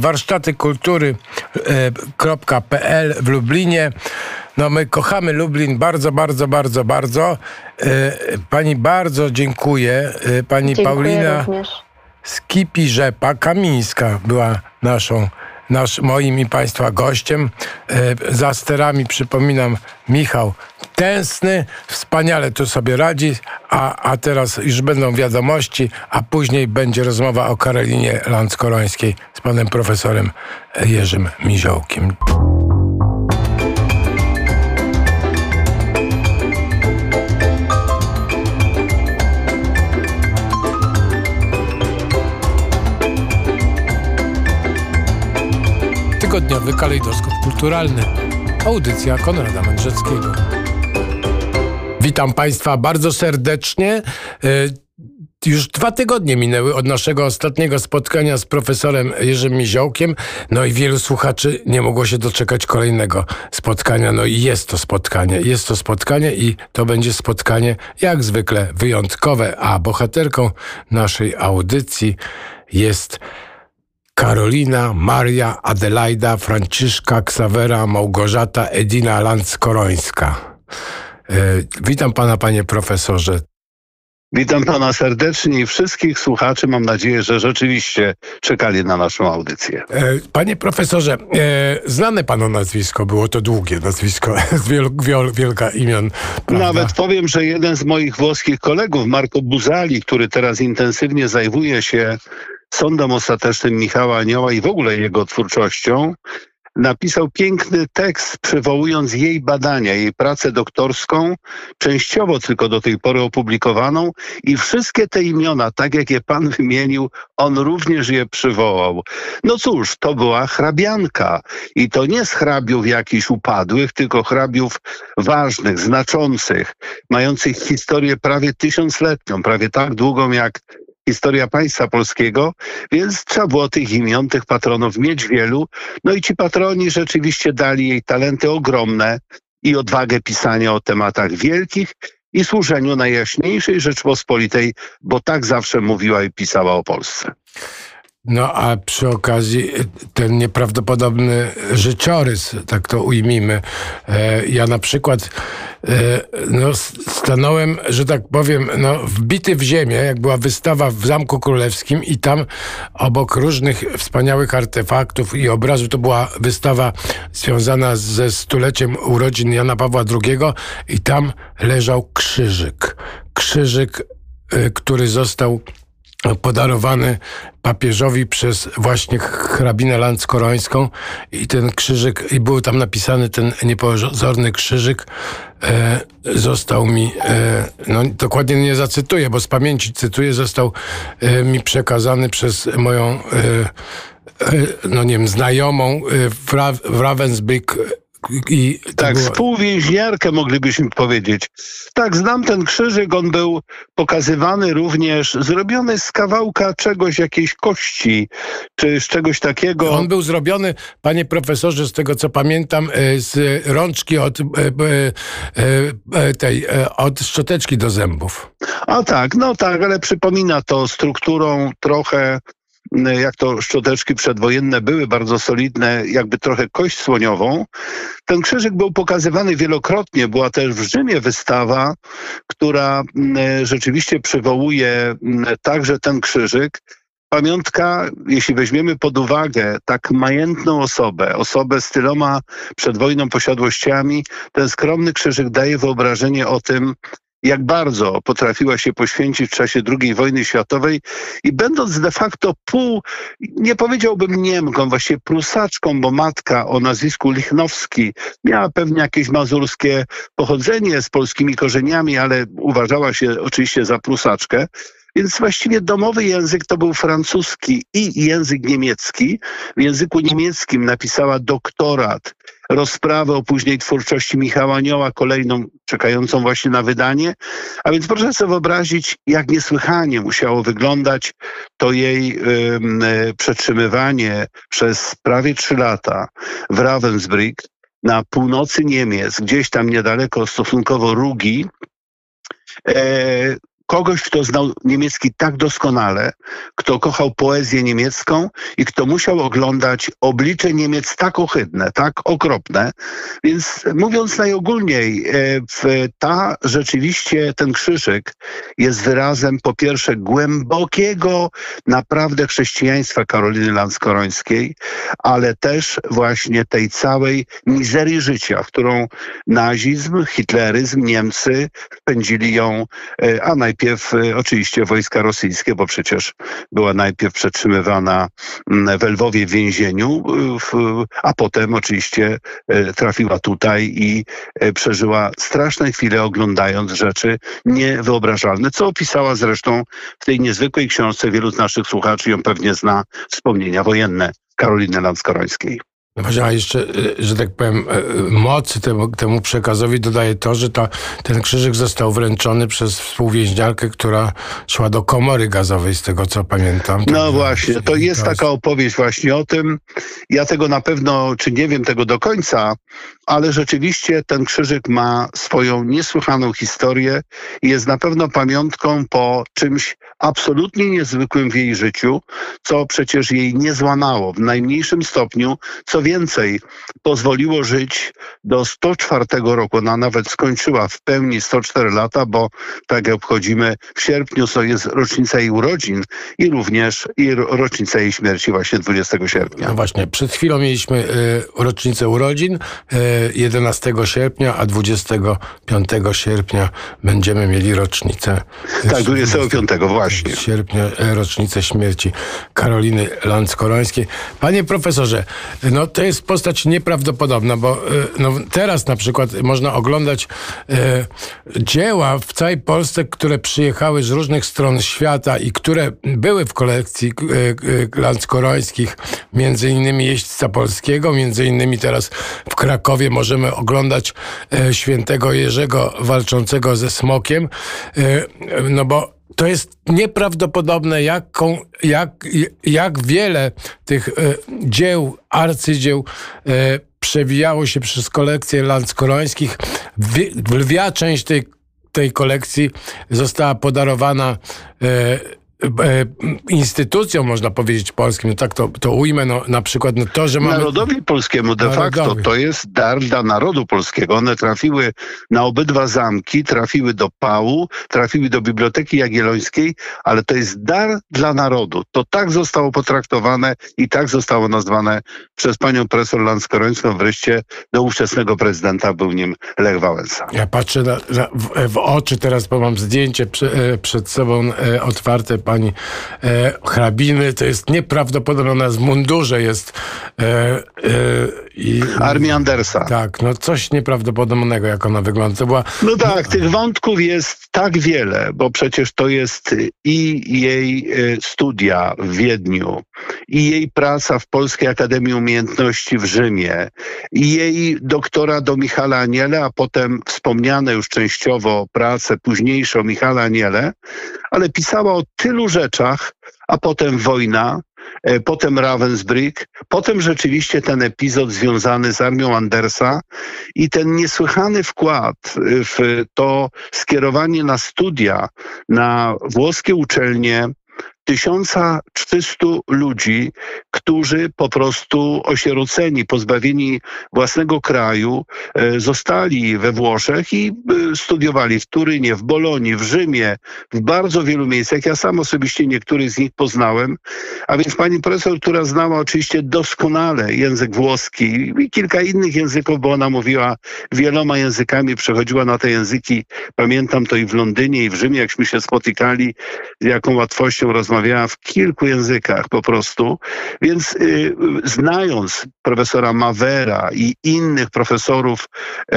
warsztatykultury.pl w Lublinie. No my kochamy Lublin bardzo, bardzo, bardzo, bardzo. Pani bardzo dziękuję. Pani Paulina również. Skipi-Rzepa-Kamińska była moim i Państwa gościem. Za sterami, przypominam, Michał Tęsny. Wspaniale tu sobie radzi, a teraz już będą wiadomości, a później będzie rozmowa o Karolinie Lanckorońskiej z panem profesorem Jerzym Miziołkiem. Tygodniowy kalejdoskop kulturalny. Audycja Konrada Mędrzeckiego. Witam Państwa bardzo serdecznie. Już 2 tygodnie minęły od naszego ostatniego spotkania z profesorem Jerzym Miziołkiem. No i wielu słuchaczy nie mogło się doczekać kolejnego spotkania. No i jest to spotkanie i to będzie spotkanie jak zwykle wyjątkowe. A bohaterką naszej audycji jest Karolina, Maria, Adelaida, Franciszka, Ksawera, Małgorzata, Edina Lanckorońska. Witam pana, panie profesorze. Witam pana serdecznie i wszystkich słuchaczy. Mam nadzieję, że rzeczywiście czekali na naszą audycję. Panie profesorze, znane panu nazwisko, było to długie nazwisko, wielka imion. Prawda? Nawet powiem, że jeden z moich włoskich kolegów, Marco Busali, który teraz intensywnie zajmuje się sądem ostatecznym Michała Anioła i w ogóle jego twórczością, napisał piękny tekst, przywołując jej badania, jej pracę doktorską, częściowo tylko do tej pory opublikowaną, i wszystkie te imiona, tak jak je pan wymienił, on również je przywołał. No cóż, to była hrabianka i to nie z hrabiów jakichś upadłych, tylko hrabiów ważnych, znaczących, mających historię prawie 1000-letnią, prawie tak długą jak historia państwa polskiego, więc trzeba było tych imion, tych patronów mieć wielu. No i ci patroni rzeczywiście dali jej talenty ogromne i odwagę pisania o tematach wielkich i służeniu Najjaśniejszej Rzeczpospolitej, bo tak zawsze mówiła i pisała o Polsce. No a przy okazji ten nieprawdopodobny życiorys, tak to ujmijmy. Ja na przykład stanąłem, że tak powiem, wbity w ziemię, jak była wystawa w Zamku Królewskim i tam obok różnych wspaniałych artefaktów i obrazów, to była wystawa związana ze stuleciem urodzin Jana Pawła II i tam leżał krzyżyk. Krzyżyk, który został podarowany papieżowi przez właśnie hrabinę lanckorońską i ten krzyżyk, i był tam napisany ten niepozorny krzyżyk, został mi, dokładnie nie zacytuję, bo z pamięci cytuję, został mi przekazany przez moją znajomą w Ravensbrück. Tak, współwięźniarkę moglibyśmy powiedzieć. Tak, znam ten krzyżyk, on był pokazywany również, zrobiony z kawałka czegoś, jakiejś kości, czy z czegoś takiego. On był zrobiony, panie profesorze, z tego co pamiętam, z rączki od szczoteczki do zębów. A tak, ale przypomina to strukturą trochę, jak to szczoteczki przedwojenne były, bardzo solidne, jakby trochę kość słoniową. Ten krzyżyk był pokazywany wielokrotnie. Była też w Rzymie wystawa, która rzeczywiście przywołuje także ten krzyżyk. Pamiątka, jeśli weźmiemy pod uwagę tak majętną osobę z tyloma przed wojną posiadłościami, ten skromny krzyżyk daje wyobrażenie o tym, jak bardzo potrafiła się poświęcić w czasie II wojny światowej i będąc de facto nie powiedziałbym Niemką, właściwie Prusaczką, bo matka o nazwisku Lichnowski miała pewnie jakieś mazurskie pochodzenie z polskimi korzeniami, ale uważała się oczywiście za Prusaczkę. Więc właściwie domowy język to był francuski i język niemiecki. W języku niemieckim napisała doktorat, rozprawę o późnej twórczości Michała Anioła, kolejną czekającą właśnie na wydanie. A więc proszę sobie wyobrazić, jak niesłychanie musiało wyglądać to jej przetrzymywanie przez prawie 3 lata w Ravensbrück na północy Niemiec, gdzieś tam niedaleko stosunkowo Rugi. Kogoś, kto znał niemiecki tak doskonale, kto kochał poezję niemiecką i kto musiał oglądać oblicze Niemiec tak ohydne, tak okropne. Więc mówiąc najogólniej, rzeczywiście ten krzyżyk jest wyrazem po pierwsze głębokiego naprawdę chrześcijaństwa Karoliny Lanckorońskiej, ale też właśnie tej całej mizerii życia, w którą nazizm, hitleryzm, Niemcy wpędzili ją, a najpierw oczywiście wojska rosyjskie, bo przecież była najpierw przetrzymywana w Lwowie w więzieniu, a potem oczywiście trafiła tutaj i przeżyła straszne chwile, oglądając rzeczy niewyobrażalne, co opisała zresztą w tej niezwykłej książce. Wielu z naszych słuchaczy ją pewnie zna, Wspomnienia wojenne Karoliny Lanckorońskiej. No właśnie, a jeszcze, że tak powiem, mocy temu przekazowi dodaje to, że ten krzyżyk został wręczony przez współwięźniarkę, która szła do komory gazowej, z tego co pamiętam. No właśnie, to jest taka opowieść właśnie o tym. Ja tego na pewno, czy nie wiem tego do końca, ale rzeczywiście ten krzyżyk ma swoją niesłychaną historię i jest na pewno pamiątką po czymś absolutnie niezwykłym w jej życiu, co przecież jej nie złamało w najmniejszym stopniu. Co więcej, pozwoliło żyć do 104 roku. Ona nawet skończyła w pełni 104 lata, bo tak jak obchodzimy w sierpniu, to jest rocznica jej urodzin i również rocznica jej śmierci właśnie 20 sierpnia. No właśnie, przed chwilą mieliśmy rocznicę urodzin 11 sierpnia, a 25 sierpnia będziemy mieli rocznicę. Tak, 25 właśnie. Sierpnia, rocznicę śmierci Karoliny Lanckorońskiej. Panie profesorze, no to jest postać nieprawdopodobna, bo no, teraz na przykład można oglądać dzieła w całej Polsce, które przyjechały z różnych stron świata i które były w kolekcji Lanckorońskich, między innymi Jeźdźca Polskiego, między innymi teraz w Krakowie możemy oglądać świętego Jerzego walczącego ze smokiem, no bo to jest nieprawdopodobne, jak wiele tych dzieł, arcydzieł przewijało się przez kolekcję Lanckorońskich. Lwia część tej kolekcji została podarowana instytucjom, można powiedzieć, polskim, no tak to ujmę, no, na przykład no to, że mamy... Narodowi polskiemu de facto to jest dar dla narodu polskiego. One trafiły na obydwa zamki, trafiły do Pału, trafiły do Biblioteki Jagiellońskiej, ale to jest dar dla narodu. To tak zostało potraktowane i tak zostało nazwane przez panią profesor Lanckorońską, wreszcie do ówczesnego prezydenta, był nim Lech Wałęsa. Ja patrzę w oczy teraz, bo mam zdjęcie przed sobą otwarte pani hrabiny. To jest nieprawdopodobne. Ona w mundurze jest. Armii Andersa. Tak, no coś nieprawdopodobnego, jak ona wygląda. To była... No tak, tych wątków jest tak wiele, bo przecież to jest i jej studia w Wiedniu, i jej praca w Polskiej Akademii Umiejętności w Rzymie, i jej doktora do Michała Aniele, a potem wspomniane już częściowo prace późniejsze o Michale Aniele, ale pisała o tylu rzeczach, a potem wojna, potem Ravensbrück, potem rzeczywiście ten epizod związany z armią Andersa i ten niesłychany wkład w to skierowanie na studia, na włoskie uczelnie, 1300 ludzi, którzy po prostu osieroceni, pozbawieni własnego kraju, zostali we Włoszech i studiowali w Turynie, w Bolonii, w Rzymie, w bardzo wielu miejscach. Ja sam osobiście niektórych z nich poznałem, a więc pani profesor, która znała oczywiście doskonale język włoski i kilka innych języków, bo ona mówiła wieloma językami, przechodziła na te języki, pamiętam to i w Londynie, i w Rzymie, jakśmy się spotykali, z jaką łatwością rozmawiała w kilku językach po prostu. Więc znając profesora Mavera i innych profesorów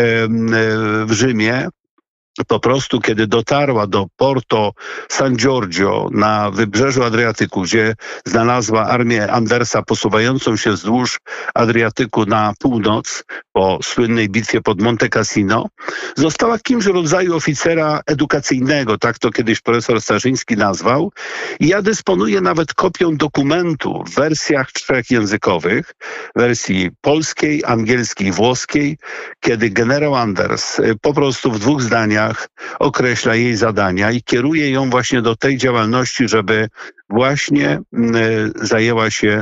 w Rzymie, po prostu kiedy dotarła do Porto San Giorgio na wybrzeżu Adriatyku, gdzie znalazła armię Andersa posuwającą się wzdłuż Adriatyku na północ po słynnej bitwie pod Monte Cassino, została kimś w rodzaju oficera edukacyjnego, tak to kiedyś profesor Starzyński nazwał. I ja dysponuję nawet kopią dokumentu w wersjach 3 językowych, wersji polskiej, angielskiej, włoskiej, kiedy generał Anders po prostu w 2 zdaniach określa jej zadania i kieruje ją właśnie do tej działalności, żeby właśnie zajęła się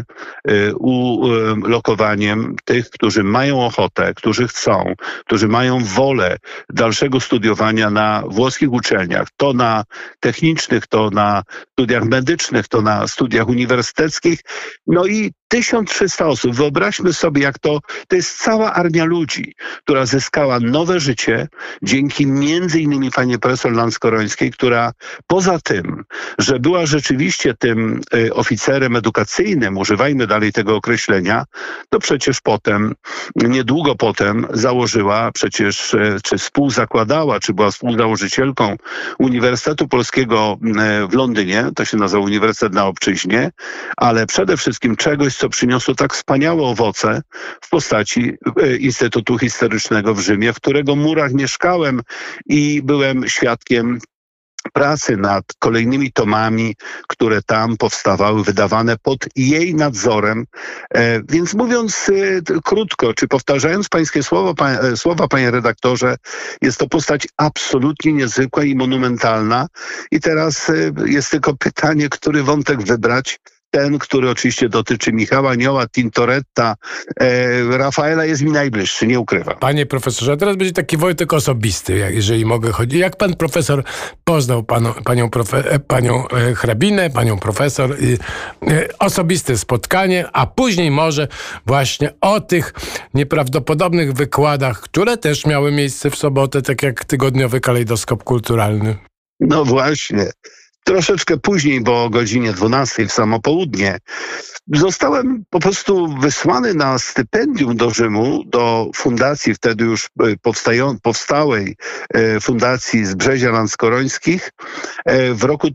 ulokowaniem tych, którzy mają ochotę, którzy chcą, którzy mają wolę dalszego studiowania na włoskich uczelniach. To na technicznych, to na studiach medycznych, to na studiach uniwersyteckich. No i 1300 osób. Wyobraźmy sobie, jak to jest cała armia ludzi, która zyskała nowe życie dzięki między innymi pani profesor Lanckorońskiej, która poza tym, że była rzeczywiście tym oficerem edukacyjnym, używajmy dalej tego określenia, to przecież potem, niedługo potem założyła przecież, czy współzakładała, czy była współzałożycielką Uniwersytetu Polskiego w Londynie, to się nazywa Uniwersytet na Obczyźnie, ale przede wszystkim czegoś, co przyniosło tak wspaniałe owoce w postaci Instytutu Historycznego w Rzymie, w którego murach mieszkałem i byłem świadkiem pracy nad kolejnymi tomami, które tam powstawały, wydawane pod jej nadzorem. Więc mówiąc krótko, czy powtarzając pańskie słowa, panie redaktorze, jest to postać absolutnie niezwykła i monumentalna. I teraz jest tylko pytanie, który wątek wybrać. Ten, który oczywiście dotyczy Michała Anioła, Tintoretta, Rafaela jest mi najbliższy, nie ukrywam. Panie profesorze, a teraz będzie taki Wojtek osobisty, jeżeli mogę chodzić. Jak pan profesor poznał panią hrabinę, panią profesor, osobiste spotkanie, a później może właśnie o tych nieprawdopodobnych wykładach, które też miały miejsce w sobotę, tak jak tygodniowy kalejdoskop kulturalny. No właśnie. Troszeczkę później, bo o godzinie 12 w samo południe, zostałem po prostu wysłany na stypendium do Rzymu, do fundacji wtedy już powstałej fundacji z Brzezia Lanskorońskich. W roku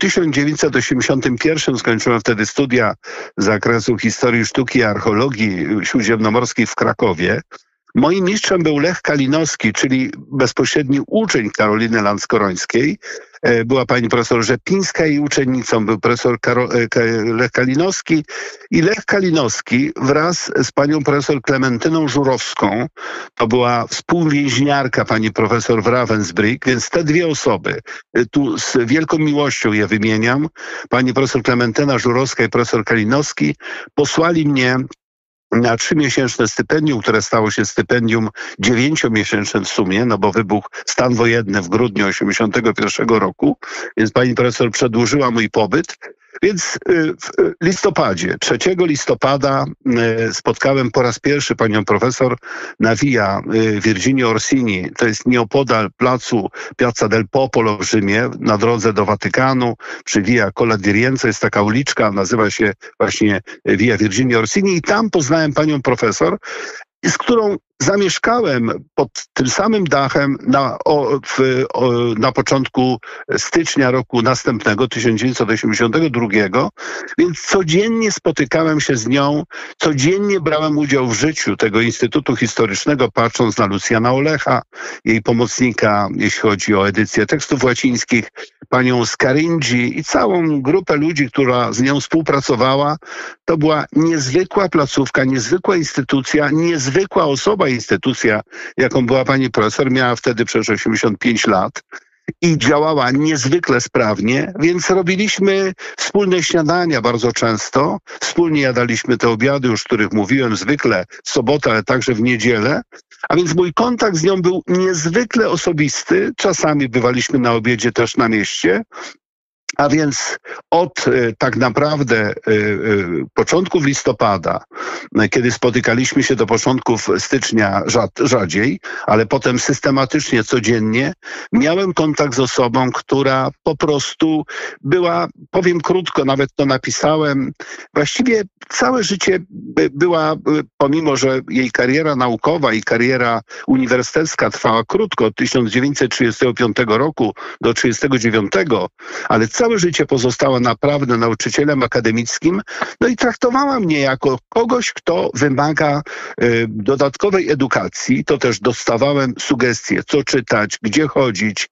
1981 skończyłem wtedy studia z zakresu historii sztuki i archeologii śródziemnomorskiej w Krakowie. Moim mistrzem był Lech Kalinowski, czyli bezpośredni uczeń Karoliny Lanskorońskiej. Była pani profesor Rzepińska i uczennicą był profesor Lech Kalinowski. I Lech Kalinowski wraz z panią profesor Klementyną Żurowską, to była współwięźniarka pani profesor w Ravensbrück, więc te dwie osoby, tu z wielką miłością je wymieniam, pani profesor Klementyna Żurowska i profesor Kalinowski, posłali mnie na 3-miesięczne stypendium, które stało się stypendium 9-miesięcznym w sumie, no bo wybuchł stan wojenny w grudniu 1981 roku, więc pani profesor przedłużyła mój pobyt. Więc w listopadzie, 3 listopada spotkałem po raz pierwszy panią profesor na Via Virginio Orsini. To jest nieopodal placu Piazza del Popolo w Rzymie, na drodze do Watykanu, przy Via Colla di Rienzo jest taka uliczka, nazywa się właśnie Via Virginio Orsini i tam poznałem panią profesor, z którą zamieszkałem pod tym samym dachem na początku stycznia roku następnego, 1982, więc codziennie spotykałem się z nią, codziennie brałem udział w życiu tego Instytutu Historycznego, patrząc na Lucjana Olecha, jej pomocnika, jeśli chodzi o edycję tekstów łacińskich, panią Scaringi i całą grupę ludzi, która z nią współpracowała. To była niezwykła placówka, niezwykła instytucja, niezwykła osoba, instytucja, jaką była pani profesor, miała wtedy przecież 85 lat i działała niezwykle sprawnie, więc robiliśmy wspólne śniadania bardzo często, wspólnie jadaliśmy te obiady, już o których mówiłem, zwykle w sobotę, ale także w niedzielę, a więc mój kontakt z nią był niezwykle osobisty, czasami bywaliśmy na obiedzie też na mieście. A więc od tak naprawdę początków listopada, kiedy spotykaliśmy się do początków stycznia rzadziej, ale potem systematycznie, codziennie, miałem kontakt z osobą, która po prostu była, powiem krótko, nawet to napisałem, właściwie całe życie była, pomimo że jej kariera naukowa i kariera uniwersytecka trwała krótko, od 1935 roku do 1939, ale całe życie pozostała naprawdę nauczycielem akademickim, no i traktowała mnie jako kogoś, kto wymaga dodatkowej edukacji. To też dostawałem sugestie, co czytać, gdzie chodzić,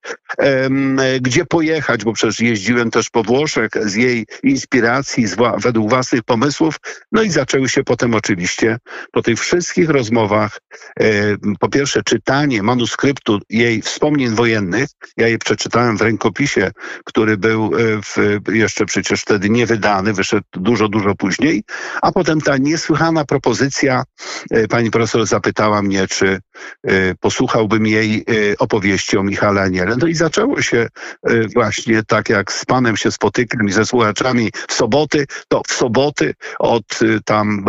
gdzie pojechać, bo przecież jeździłem też po Włoszech z jej inspiracji, według własnych pomysłów. No i zaczęły się potem oczywiście po tych wszystkich rozmowach, po pierwsze czytanie manuskryptu jej wspomnień wojennych. Ja je przeczytałem w rękopisie, który był jeszcze przecież wtedy niewydany, wyszedł dużo, dużo później, a potem ta niesłychana propozycja, pani profesor zapytała mnie, czy posłuchałbym jej opowieści o Michale Aniele. No i zaczęło się właśnie tak, jak z panem się spotykam i ze słuchaczami w soboty, to w soboty od tam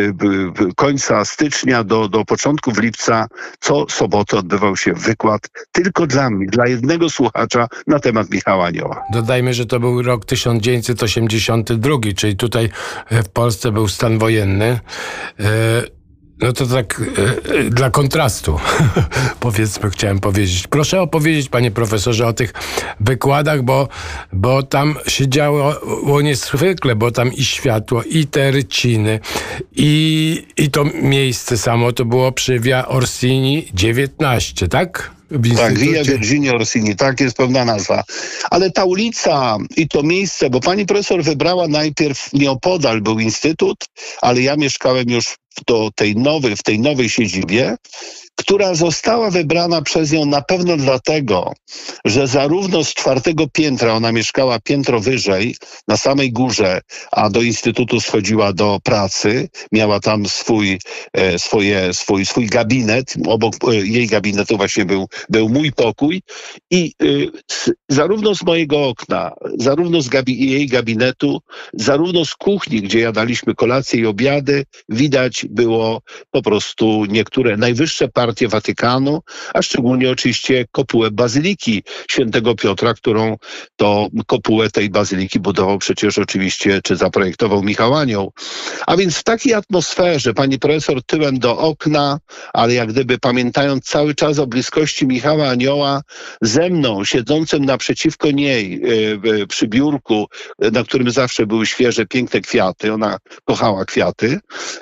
końca stycznia do początków lipca co sobotę odbywał się wykład tylko dla mnie, dla jednego słuchacza na temat Michała Anioła. Dodajmy, że to był rok 1982, czyli tutaj w Polsce był stan wojenny. No to tak dla kontrastu, powiedzmy, chciałem powiedzieć. Proszę opowiedzieć, panie profesorze, o tych wykładach, bo tam się działo niezwykle, bo tam i światło, i te ryciny, i to miejsce samo, to było przy Via Orsini 19, tak? Tak, Via Virginia Orsini, tak jest pełna nazwa. Ale ta ulica i to miejsce, bo pani profesor wybrała najpierw nieopodal był instytut, ale ja mieszkałem już w tej nowej siedzibie, która została wybrana przez nią na pewno dlatego, że zarówno z 4. piętra, ona mieszkała piętro wyżej, na samej górze, a do instytutu schodziła do pracy, miała tam swój gabinet, obok jej gabinetu właśnie był mój pokój i zarówno z mojego okna, zarówno z jej gabinetu, zarówno z kuchni, gdzie jadaliśmy kolacje i obiady, widać było po prostu niektóre najwyższe partie Watykanu, a szczególnie oczywiście kopułę Bazyliki Świętego Piotra, którą to kopułę tej bazyliki budował przecież oczywiście, czy zaprojektował Michał Anioł. A więc w takiej atmosferze pani profesor tyłem do okna, ale jak gdyby pamiętając cały czas o bliskości Michała Anioła, ze mną siedzącym naprzeciwko niej przy biurku, na którym zawsze były świeże, piękne kwiaty, ona kochała kwiaty,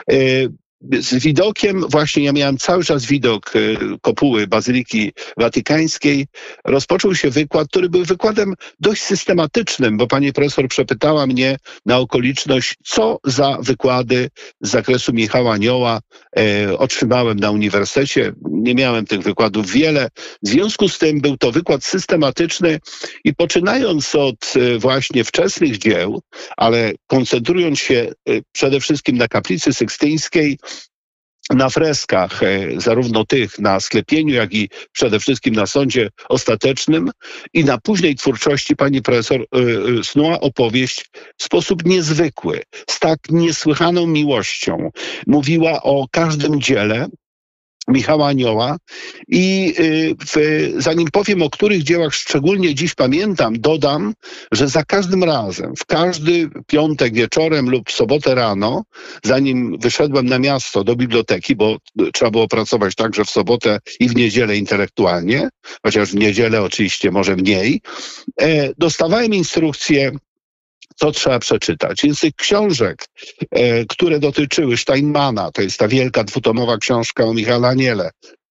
z widokiem, właśnie ja miałem cały czas widok kopuły Bazyliki Watykańskiej, rozpoczął się wykład, który był wykładem dość systematycznym, bo pani profesor przepytała mnie na okoliczność, co za wykłady z zakresu Michała Anioła otrzymałem na uniwersytecie. Nie miałem tych wykładów wiele. W związku z tym był to wykład systematyczny i poczynając od właśnie wczesnych dzieł, ale koncentrując się przede wszystkim na kaplicy sykstyńskiej, na freskach, zarówno tych na sklepieniu, jak i przede wszystkim na sądzie ostatecznym i na późnej twórczości pani profesor snuła opowieść w sposób niezwykły, z tak niesłychaną miłością. Mówiła o każdym dziele Michała Anioła i zanim powiem, o których dziełach szczególnie dziś pamiętam, dodam, że za każdym razem, w każdy piątek wieczorem lub sobotę rano, zanim wyszedłem na miasto do biblioteki, bo trzeba było pracować także w sobotę i w niedzielę intelektualnie, chociaż w niedzielę oczywiście może mniej, dostawałem instrukcje, co trzeba przeczytać. Więc tych książek, które dotyczyły Steinmana, to jest ta wielka dwutomowa książka o Michale Aniele,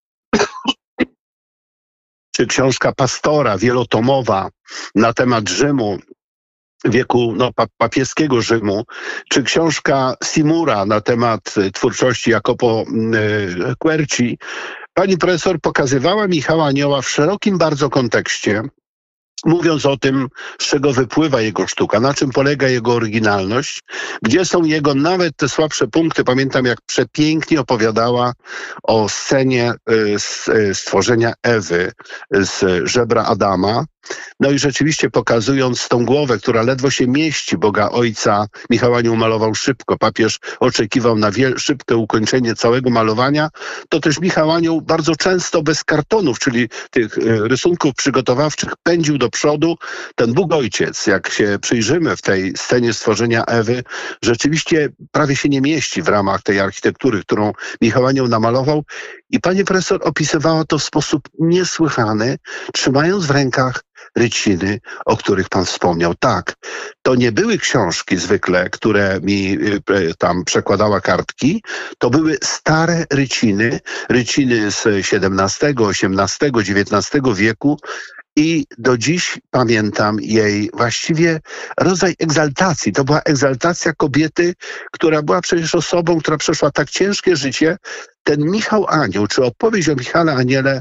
czy książka Pastora, wielotomowa na temat Rzymu, wieku papieskiego Rzymu, czy książka Simura na temat twórczości Jacopo Querci, pani profesor pokazywała Michała Anioła w szerokim bardzo kontekście, mówiąc o tym, z czego wypływa jego sztuka, na czym polega jego oryginalność, gdzie są jego nawet te słabsze punkty. Pamiętam, jak przepięknie opowiadała o scenie stworzenia Ewy z żebra Adama. No i rzeczywiście pokazując tą głowę, która ledwo się mieści, Boga Ojca, Michał Anioł malował szybko. Papież oczekiwał na szybkie ukończenie całego malowania. To też Michał Anioł bardzo często bez kartonów, czyli tych rysunków przygotowawczych, pędził do przodu. Ten Bóg Ojciec, jak się przyjrzymy w tej scenie stworzenia Ewy, rzeczywiście prawie się nie mieści w ramach tej architektury, którą Michał Anioł namalował. I pani profesor opisywała to w sposób niesłychany, trzymając w rękach ryciny, o których pan wspomniał. Tak, to nie były książki zwykle, które mi tam przekładała kartki, to były stare ryciny z XVII, XVIII, XIX wieku. I do dziś pamiętam jej właściwie rodzaj egzaltacji. To była egzaltacja kobiety, która była przecież osobą, która przeszła tak ciężkie życie. Ten Michał Anioł, czy opowieść o Michale Aniele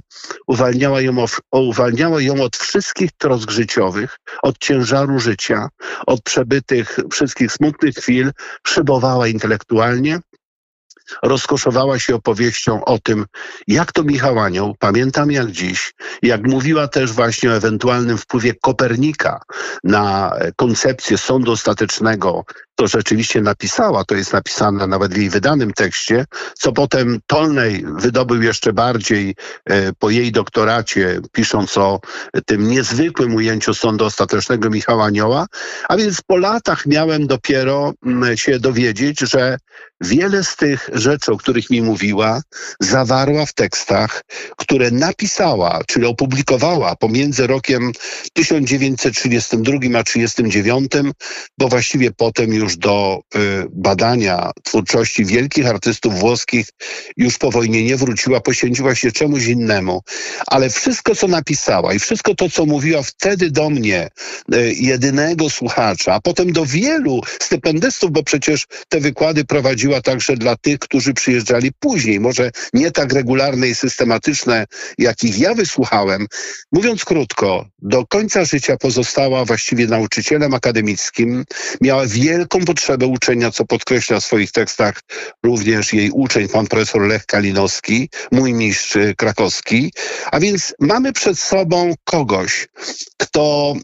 uwalniała ją od wszystkich trosk życiowych, od ciężaru życia, od przebytych wszystkich smutnych chwil, szybowała intelektualnie, rozkoszowała się opowieścią o tym, jak to Michał Anioł, pamiętam jak dziś, jak mówiła też właśnie o ewentualnym wpływie Kopernika na koncepcję sądu ostatecznego, to rzeczywiście napisała, to jest napisane nawet w jej wydanym tekście, co potem Tolnej wydobył jeszcze bardziej po jej doktoracie, pisząc o tym niezwykłym ujęciu sądu ostatecznego Michała Anioła, a więc po latach miałem dopiero się dowiedzieć, że wiele z tych rzeczy, o których mi mówiła, zawarła w tekstach, które napisała, czyli opublikowała pomiędzy rokiem 1932 a 1939, bo właściwie potem już już do badania twórczości wielkich artystów włoskich, już po wojnie nie wróciła, poświęciła się czemuś innemu. Ale wszystko, co napisała i wszystko to, co mówiła wtedy do mnie, jedynego słuchacza, a potem do wielu stypendystów, bo przecież te wykłady prowadziła także dla tych, którzy przyjeżdżali później, może nie tak regularne i systematyczne, jakich ja wysłuchałem. Mówiąc krótko, do końca życia pozostała właściwie nauczycielem akademickim, miała wielką potrzebę uczenia, co podkreśla w swoich tekstach również jej uczeń, pan profesor Lech Kalinowski, mój mistrz krakowski. A więc mamy przed sobą kogoś, kto,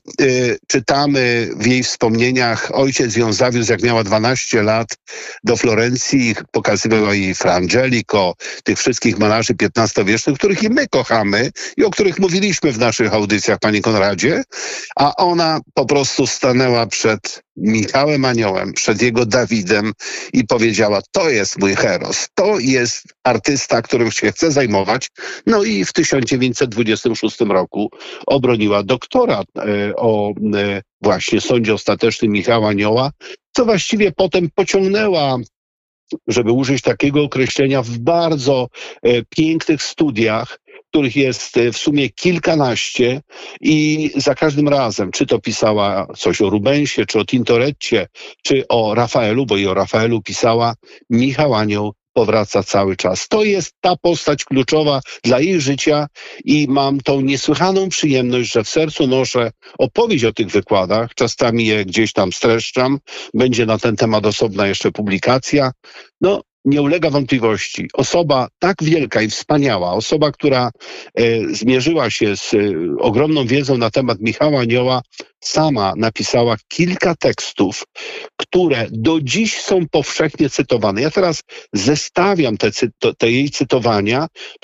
czytamy w jej wspomnieniach, ojciec ją zawiózł, jak miała 12 lat, do Florencji, pokazywał jej Fra Angelico, tych wszystkich malarzy XV-wiecznych, których i my kochamy i o których mówiliśmy w naszych audycjach, panie Konradzie, a ona po prostu stanęła przed Michałem Aniołem, przed jego Dawidem i powiedziała: to jest mój heros, to jest artysta, którym się chcę zajmować. No i w 1926 roku obroniła doktorat o właśnie sądzie ostatecznym Michała Anioła, co właściwie potem pociągnęła, żeby użyć takiego określenia, w bardzo pięknych studiach, których jest w sumie kilkanaście i za każdym razem, czy to pisała coś o Rubensie, czy o Tintoretcie, czy o Rafaelu, bo i o Rafaelu pisała, Michał Anioł powraca cały czas. To jest ta postać kluczowa dla jej życia i mam tą niesłychaną przyjemność, że w sercu noszę opowieść o tych wykładach. Czasami je gdzieś tam streszczam. Będzie na ten temat osobna jeszcze publikacja. No, nie ulega wątpliwości. Osoba tak wielka i wspaniała, osoba, która zmierzyła się z ogromną wiedzą na temat Michała Anioła, sama napisała kilka tekstów, które do dziś są powszechnie cytowane. Ja teraz zestawiam te jej cytowania.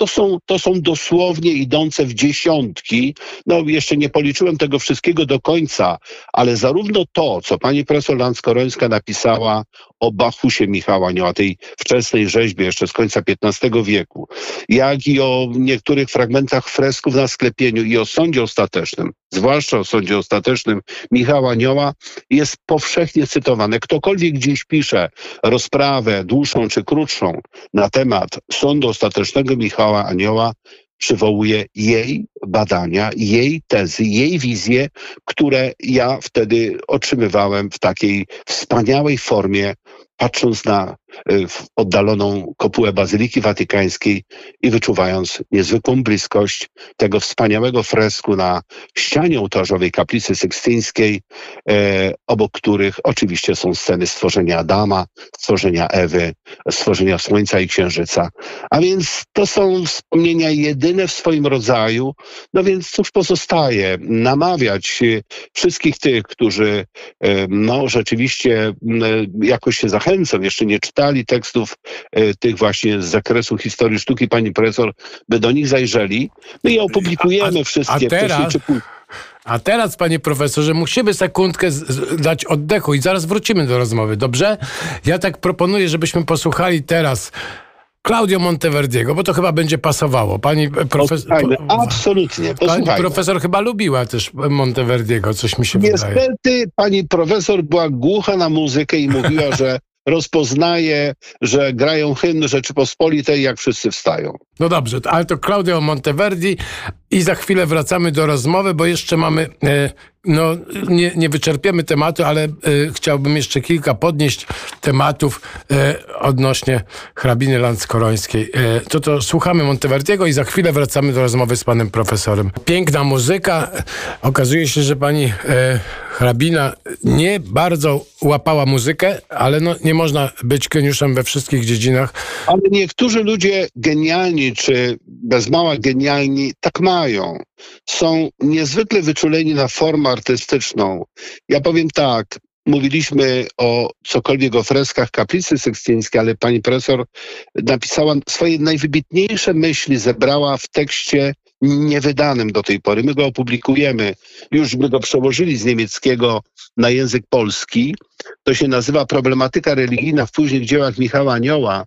To są dosłownie idące w dziesiątki. No, jeszcze nie policzyłem tego wszystkiego do końca, ale zarówno to, co pani profesor Lanckorońska napisała o Bachusie Michała Anioła, tej wczesnej rzeźbie jeszcze z końca XV wieku, jak i o niektórych fragmentach fresków na sklepieniu i o sądzie ostatecznym, zwłaszcza o sądzie ostatecznym Michała Anioła, jest powszechnie cytowane. Ktokolwiek gdzieś pisze rozprawę dłuższą czy krótszą na temat sądu ostatecznego Michała Anioła, przywołuje jej badania, jej tezy, jej wizje, które ja wtedy otrzymywałem w takiej wspaniałej formie, patrząc na oddaloną kopułę Bazyliki Watykańskiej i wyczuwając niezwykłą bliskość tego wspaniałego fresku na ścianie ołtarzowej kaplicy sykstyńskiej, obok których oczywiście są sceny stworzenia Adama, stworzenia Ewy, stworzenia Słońca i Księżyca. A więc to są wspomnienia jedyne w swoim rodzaju. No więc cóż pozostaje? Namawiać wszystkich tych, którzy no rzeczywiście jakoś się zachęcą, jeszcze nie czytali tekstów tych właśnie z zakresu historii sztuki pani profesor, by do nich zajrzeli. My je opublikujemy wszystkie wcześniej czy później. A teraz, panie profesorze, musimy sekundkę dać oddechu i zaraz wrócimy do rozmowy, dobrze? Ja tak proponuję, żebyśmy posłuchali teraz Claudio Monteverdiego, bo to chyba będzie pasowało. Pani profesor... Absolutnie, posłuchajmy. Pani profesor chyba lubiła też Monteverdiego, coś mi się wydaje. Niestety pani profesor była głucha na muzykę i mówiła, że rozpoznaje, że grają hymn Rzeczypospolitej, jak wszyscy wstają. No dobrze, ale to Claudio Monteverdi i za chwilę wracamy do rozmowy, bo jeszcze mamy, nie wyczerpiemy tematu, ale chciałbym jeszcze kilka podnieść tematów odnośnie hrabiny Lanckorońskiej. To słuchamy Monteverdiego i za chwilę wracamy do rozmowy z panem profesorem. Piękna muzyka. Okazuje się, że pani hrabina nie bardzo łapała muzykę, ale nie można być geniuszem we wszystkich dziedzinach. Ale niektórzy ludzie genialni, czy bez mała genialni, tak mają. Są niezwykle wyczuleni na formę artystyczną. Ja powiem tak, mówiliśmy o cokolwiek o freskach kaplicy sykstyńskiej, ale pani profesor napisała swoje najwybitniejsze myśli, zebrała w tekście niewydanym do tej pory. My go opublikujemy. Już my go przełożyli z niemieckiego na język polski. To się nazywa Problematyka religijna w późnych dziełach Michała Anioła.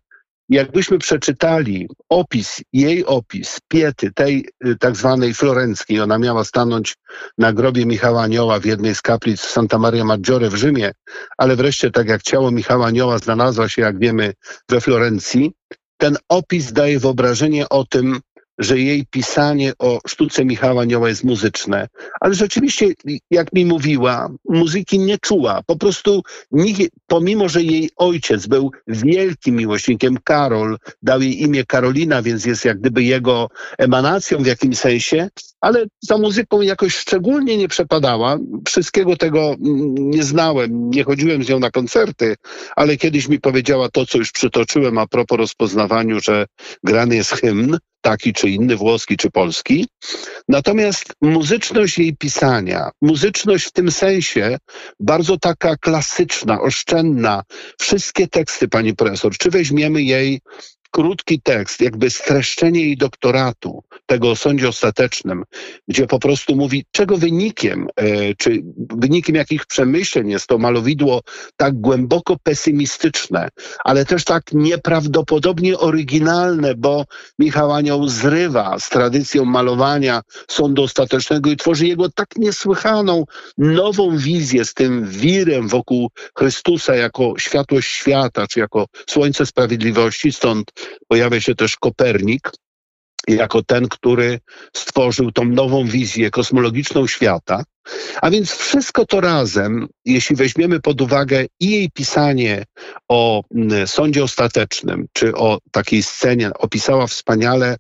Jakbyśmy przeczytali jej opis Piety, tej tak zwanej florenckiej, ona miała stanąć na grobie Michała Anioła w jednej z kaplic Santa Maria Maggiore w Rzymie, ale wreszcie, tak jak ciało Michała Anioła znalazło się, jak wiemy, we Florencji, ten opis daje wyobrażenie o tym, że jej pisanie o sztuce Michała Anioła jest muzyczne. Ale rzeczywiście, jak mi mówiła, muzyki nie czuła. Po prostu pomimo, że jej ojciec był wielkim miłośnikiem, Karol, dał jej imię Karolina, więc jest jak gdyby jego emanacją w jakimś sensie, ale za muzyką jakoś szczególnie nie przepadała. Wszystkiego tego nie znałem, nie chodziłem z nią na koncerty, ale kiedyś mi powiedziała to, co już przytoczyłem a propos rozpoznawaniu, że grany jest hymn, taki czy inny, włoski czy polski. Natomiast muzyczność jej pisania, muzyczność w tym sensie bardzo taka klasyczna, oszczędna. Wszystkie teksty, pani profesor, czy weźmiemy jej krótki tekst, jakby streszczenie jej doktoratu, tego o sądzie ostatecznym, gdzie po prostu mówi, czego wynikiem, czy wynikiem jakich przemyśleń jest to malowidło tak głęboko pesymistyczne, ale też tak nieprawdopodobnie oryginalne, bo Michał Anioł zrywa z tradycją malowania sądu ostatecznego i tworzy jego tak niesłychaną, nową wizję z tym wirem wokół Chrystusa jako światłość świata, czy jako słońce sprawiedliwości, stąd pojawia się też Kopernik jako ten, który stworzył tą nową wizję kosmologiczną świata. A więc wszystko to razem, jeśli weźmiemy pod uwagę i jej pisanie o sądzie ostatecznym, czy o takiej scenie, opisała wspaniale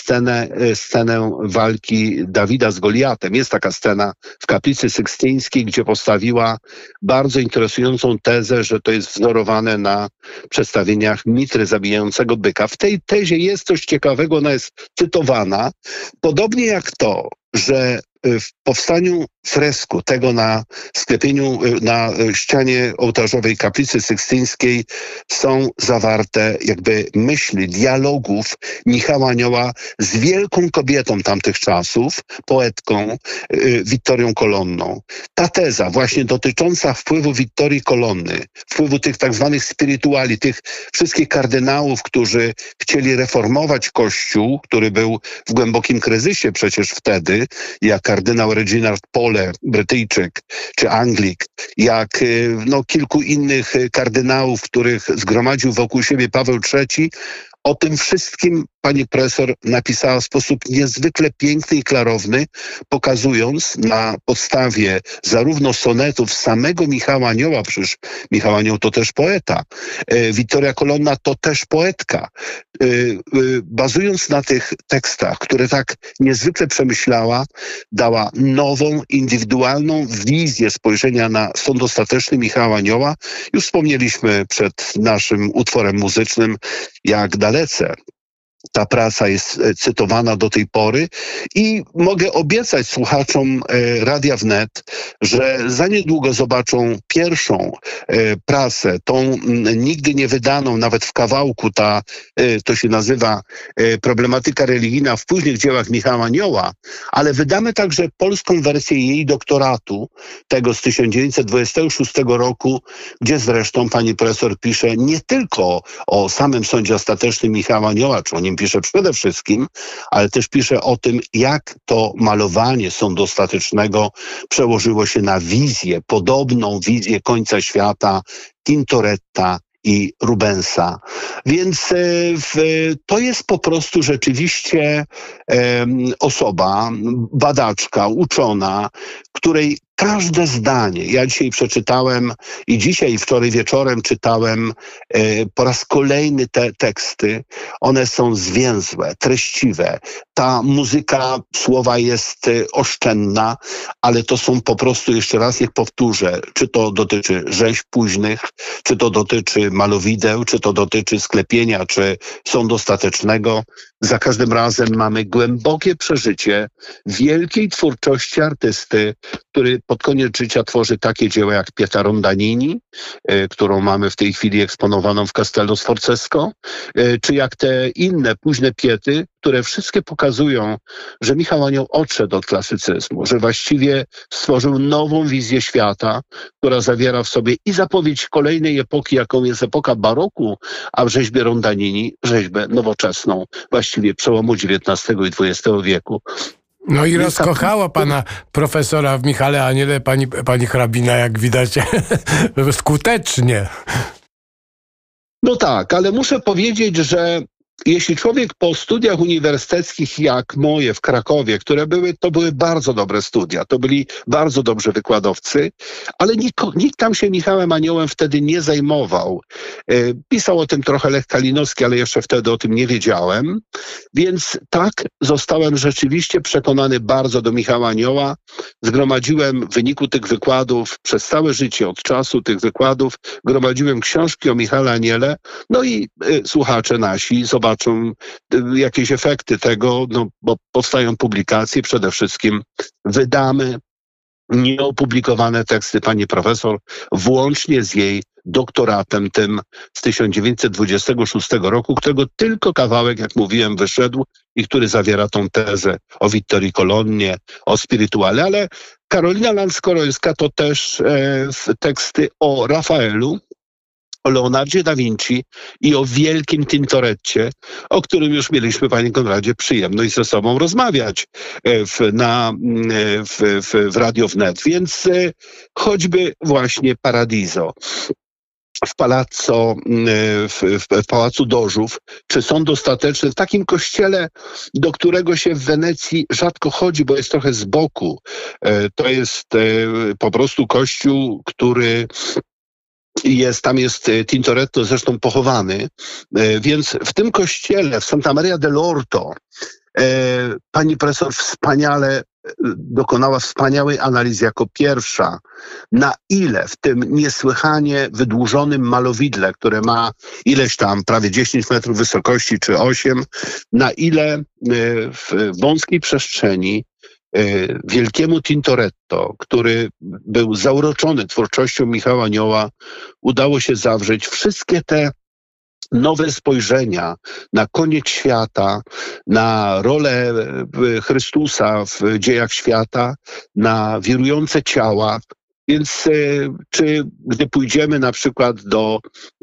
scenę walki Dawida z Goliatem. Jest taka scena w kaplicy sykstyńskiej, gdzie postawiła bardzo interesującą tezę, że to jest wzorowane na przedstawieniach Mitry zabijającego byka. W tej tezie jest coś ciekawego, ona jest cytowana. Podobnie jak to, że w powstaniu fresku tego na sklepieniu, na ścianie ołtarzowej kaplicy sykstyńskiej są zawarte jakby myśli, dialogów Michała Anioła z wielką kobietą tamtych czasów, poetką Wittorią Colonną. Ta teza właśnie dotycząca wpływu Wittorii Colonny, wpływu tych tak zwanych spirituali, tych wszystkich kardynałów, którzy chcieli reformować Kościół, który był w głębokim kryzysie przecież wtedy, jak kardynał Reginald Pole, Brytyjczyk, czy Anglik, jak kilku innych kardynałów, których zgromadził wokół siebie Paweł III. O tym wszystkim pani profesor napisała w sposób niezwykle piękny i klarowny, pokazując na podstawie zarówno sonetów samego Michała Anioła, przecież Michał Anioł to też poeta, Wittoria Colonna to też poetka, bazując na tych tekstach, które tak niezwykle przemyślała, dała nową, indywidualną wizję spojrzenia na sąd ostateczny Michała Anioła. Już wspomnieliśmy przed naszym utworem muzycznym, jak dalece ta praca jest cytowana do tej pory i mogę obiecać słuchaczom Radia Wnet, że za niedługo zobaczą pierwszą pracę, tą nigdy nie wydaną, nawet w kawałku, to się nazywa Problematyka religijna w późnych dziełach Michała Anioła, ale wydamy także polską wersję jej doktoratu, tego z 1926 roku, gdzie zresztą pani profesor pisze nie tylko o samym sądzie ostatecznym Michała Anioła, czy o nim pisze przede wszystkim, ale też pisze o tym, jak to malowanie sądu ostatecznego przełożyło się na wizję, podobną wizję końca świata Tintoretta i Rubensa. Więc to jest po prostu rzeczywiście osoba, badaczka, uczona, której każde zdanie, ja dzisiaj przeczytałem i dzisiaj i wczoraj wieczorem czytałem po raz kolejny te teksty. One są zwięzłe, treściwe. Ta muzyka słowa jest oszczędna, ale to są po prostu, jeszcze raz je powtórzę, czy to dotyczy rzeźb późnych, czy to dotyczy malowideł, czy to dotyczy sklepienia, czy sądu ostatecznego. Za każdym razem mamy głębokie przeżycie wielkiej twórczości artysty, który pod koniec życia tworzy takie dzieła jak Pieta Rondanini, którą mamy w tej chwili eksponowaną w Castello Sforzesco, czy jak te inne późne Piety, które wszystkie pokazują, że Michał Anioł odszedł od klasycyzmu, że właściwie stworzył nową wizję świata, która zawiera w sobie i zapowiedź kolejnej epoki, jaką jest epoka baroku, a w rzeźbie Rondanini rzeźbę nowoczesną, właściwie przełomu XIX i XX wieku. No i rozkochała pana profesora w Michale Aniele pani hrabina, jak widać, skutecznie. No tak, ale muszę powiedzieć, że jeśli człowiek po studiach uniwersyteckich jak moje w Krakowie, to były bardzo dobre studia, to byli bardzo dobrzy wykładowcy, ale nikt tam się Michałem Aniołem wtedy nie zajmował. Pisał o tym trochę Lech Kalinowski, ale jeszcze wtedy o tym nie wiedziałem, więc tak, zostałem rzeczywiście przekonany bardzo do Michała Anioła. Zgromadziłem w wyniku tych wykładów przez całe życie, od czasu tych wykładów, gromadziłem książki o Michale Aniele, no i słuchacze nasi zobaczą jakieś efekty tego, no bo powstają publikacje, przede wszystkim wydamy nieopublikowane teksty pani profesor, włącznie z jej doktoratem tym z 1926 roku, którego tylko kawałek, jak mówiłem, wyszedł i który zawiera tą tezę o Vittorii Colonnie, o spirytuale, ale Karolina Lanskorońska to też teksty o Rafaelu, o Leonardzie da Vinci i o wielkim Tintoretcie, o którym już mieliśmy, panie Konradzie, przyjemność ze sobą rozmawiać w Radio Wnet. Więc choćby właśnie Paradiso w Pałacu Dożów, czy są dostateczne w takim kościele, do którego się w Wenecji rzadko chodzi, bo jest trochę z boku. To jest po prostu kościół, który tam jest Tintoretto zresztą pochowany, więc w tym kościele, w Santa Maria dell'Orto, pani profesor dokonała wspaniałej analizy jako pierwsza, na ile w tym niesłychanie wydłużonym malowidle, które ma ileś tam, prawie 10 metrów wysokości czy 8, na ile w wąskiej przestrzeni wielkiemu Tintoretto, który był zauroczony twórczością Michała Anioła, udało się zawrzeć wszystkie te nowe spojrzenia na koniec świata, na rolę Chrystusa w dziejach świata, na wirujące ciała. Więc gdy pójdziemy na przykład do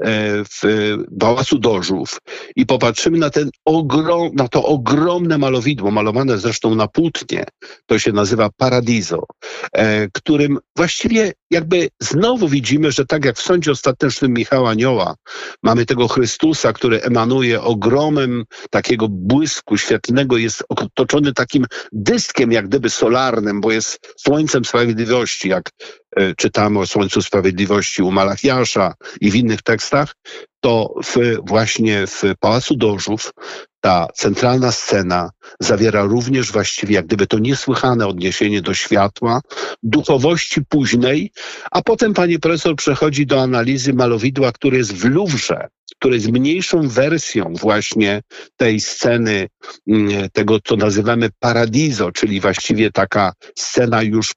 Pałacu Dożów i popatrzymy na to ogromne malowidło, malowane zresztą na płótnie, to się nazywa Paradiso, którym właściwie jakby znowu widzimy, że tak jak w Sądzie Ostatecznym Michała Anioła mamy tego Chrystusa, który emanuje ogromem takiego błysku świetlnego, jest otoczony takim dyskiem jak gdyby solarnym, bo jest słońcem sprawiedliwości, jak czytamy o Słońcu Sprawiedliwości u Malachiasza i w innych tekstach, to właśnie w Pałacu Dożów ta centralna scena zawiera również właściwie jak gdyby to niesłychane odniesienie do światła, duchowości późnej, a potem pani profesor przechodzi do analizy malowidła, które jest w Luwrze, które jest mniejszą wersją właśnie tej sceny, tego co nazywamy Paradiso, czyli właściwie taka scena już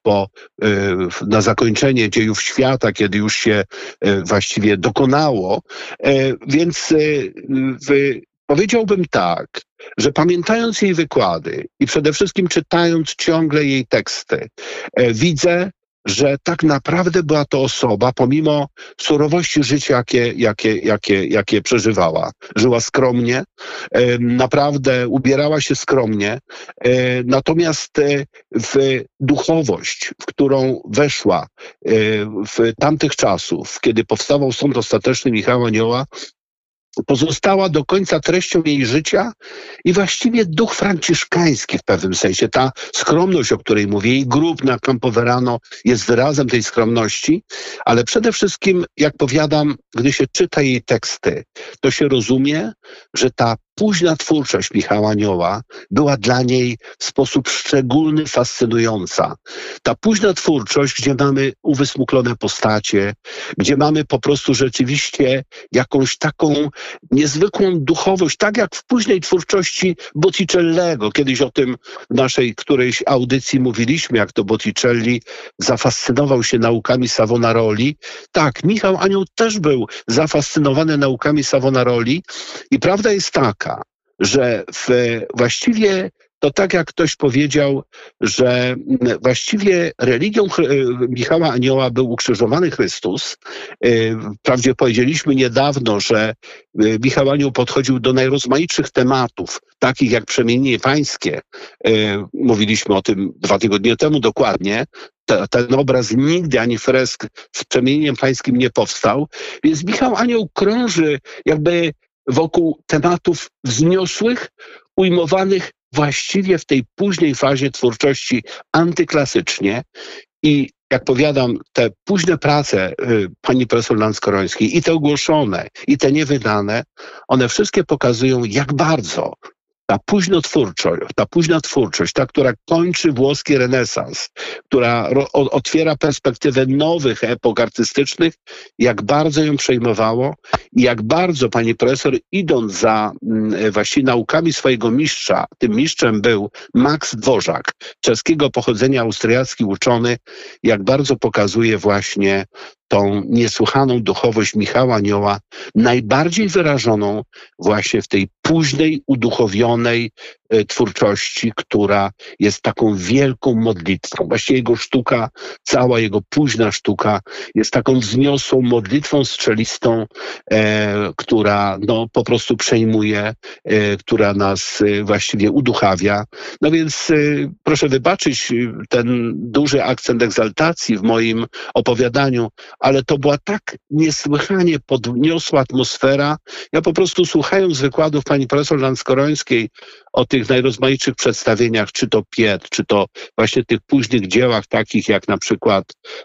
na zakończenie dziejów świata, kiedy już się właściwie dokonało. Więc powiedziałbym tak, że pamiętając jej wykłady i przede wszystkim czytając ciągle jej teksty, widzę, że tak naprawdę była to osoba, pomimo surowości życia, jakie przeżywała. Żyła skromnie, naprawdę ubierała się skromnie, natomiast w duchowość, w którą weszła w tamtych czasów, kiedy powstawał Sąd Ostateczny Michała Anioła, pozostała do końca treścią jej życia i właściwie duch franciszkański w pewnym sensie. Ta skromność, o której mówię, jej grób na Campoverano jest wyrazem tej skromności, ale przede wszystkim, jak powiadam, gdy się czyta jej teksty, to się rozumie, że ta późna twórczość Michała Anioła była dla niej w sposób szczególny fascynująca. Ta późna twórczość, gdzie mamy uwysmuklone postacie, gdzie mamy po prostu rzeczywiście jakąś taką niezwykłą duchowość, tak jak w późnej twórczości Botticellego. Kiedyś o tym w naszej którejś audycji mówiliśmy, jak to Botticelli zafascynował się naukami Savonaroli. Tak, Michał Anioł też był zafascynowany naukami Savonaroli i prawda jest taka, że właściwie to tak jak ktoś powiedział, że właściwie religią Michała Anioła był ukrzyżowany Chrystus. Wprawdzie powiedzieliśmy niedawno, że Michał Anioł podchodził do najrozmaitszych tematów, takich jak przemienienie pańskie. Mówiliśmy o tym 2 tygodnie temu dokładnie. Ten obraz nigdy ani fresk z przemienieniem pańskim nie powstał. Więc Michał Anioł krąży jakby wokół tematów wzniosłych, ujmowanych właściwie w tej późnej fazie twórczości antyklasycznie. I jak powiadam, te późne prace pani profesor Lanckorońskiej, i te ogłoszone, i te niewydane, one wszystkie pokazują, jak bardzo ta późna twórczość, ta, która kończy włoski renesans, która otwiera perspektywę nowych epok artystycznych, jak bardzo ją przejmowało i jak bardzo pani profesor, idąc za właściwie naukami swojego mistrza, tym mistrzem był Max Dvořák, czeskiego pochodzenia austriacki uczony, jak bardzo pokazuje właśnie tą niesłychaną duchowość Michała Anioła, najbardziej wyrażoną właśnie w tej późnej, uduchowionej twórczości, która jest taką wielką modlitwą. Właściwie jego sztuka, cała jego późna sztuka jest taką wzniosłą modlitwą strzelistą, która po prostu przejmuje, która nas właściwie uduchawia. No więc proszę wybaczyć ten duży akcent egzaltacji w moim opowiadaniu, ale to była tak niesłychanie podniosła atmosfera. Ja po prostu, słuchając wykładów pani profesor Lanckorońskiej o tych najrozmaitszych przedstawieniach, czy to Piet, czy to właśnie tych późnych dziełach, takich jak na przykład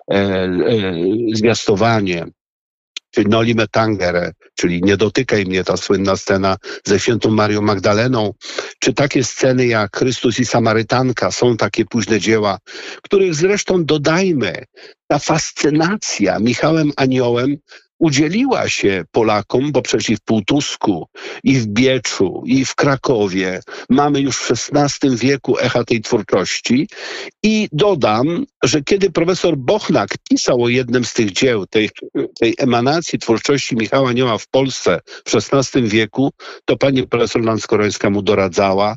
Zwiastowanie, czyli Noli me tangere, czyli Nie dotykaj mnie, ta słynna scena ze świętą Marią Magdaleną, czy takie sceny jak Chrystus i Samarytanka, są takie późne dzieła, których zresztą dodajmy, ta fascynacja Michałem Aniołem udzieliła się Polakom, bo przecież i w Półtusku, i w Bieczu, i w Krakowie mamy już w XVI wieku echa tej twórczości. I dodam, że kiedy profesor Bochnak pisał o jednym z tych dzieł, tej emanacji twórczości Michała Anioła w Polsce w XVI wieku, to pani profesor Lanckorońska mu doradzała,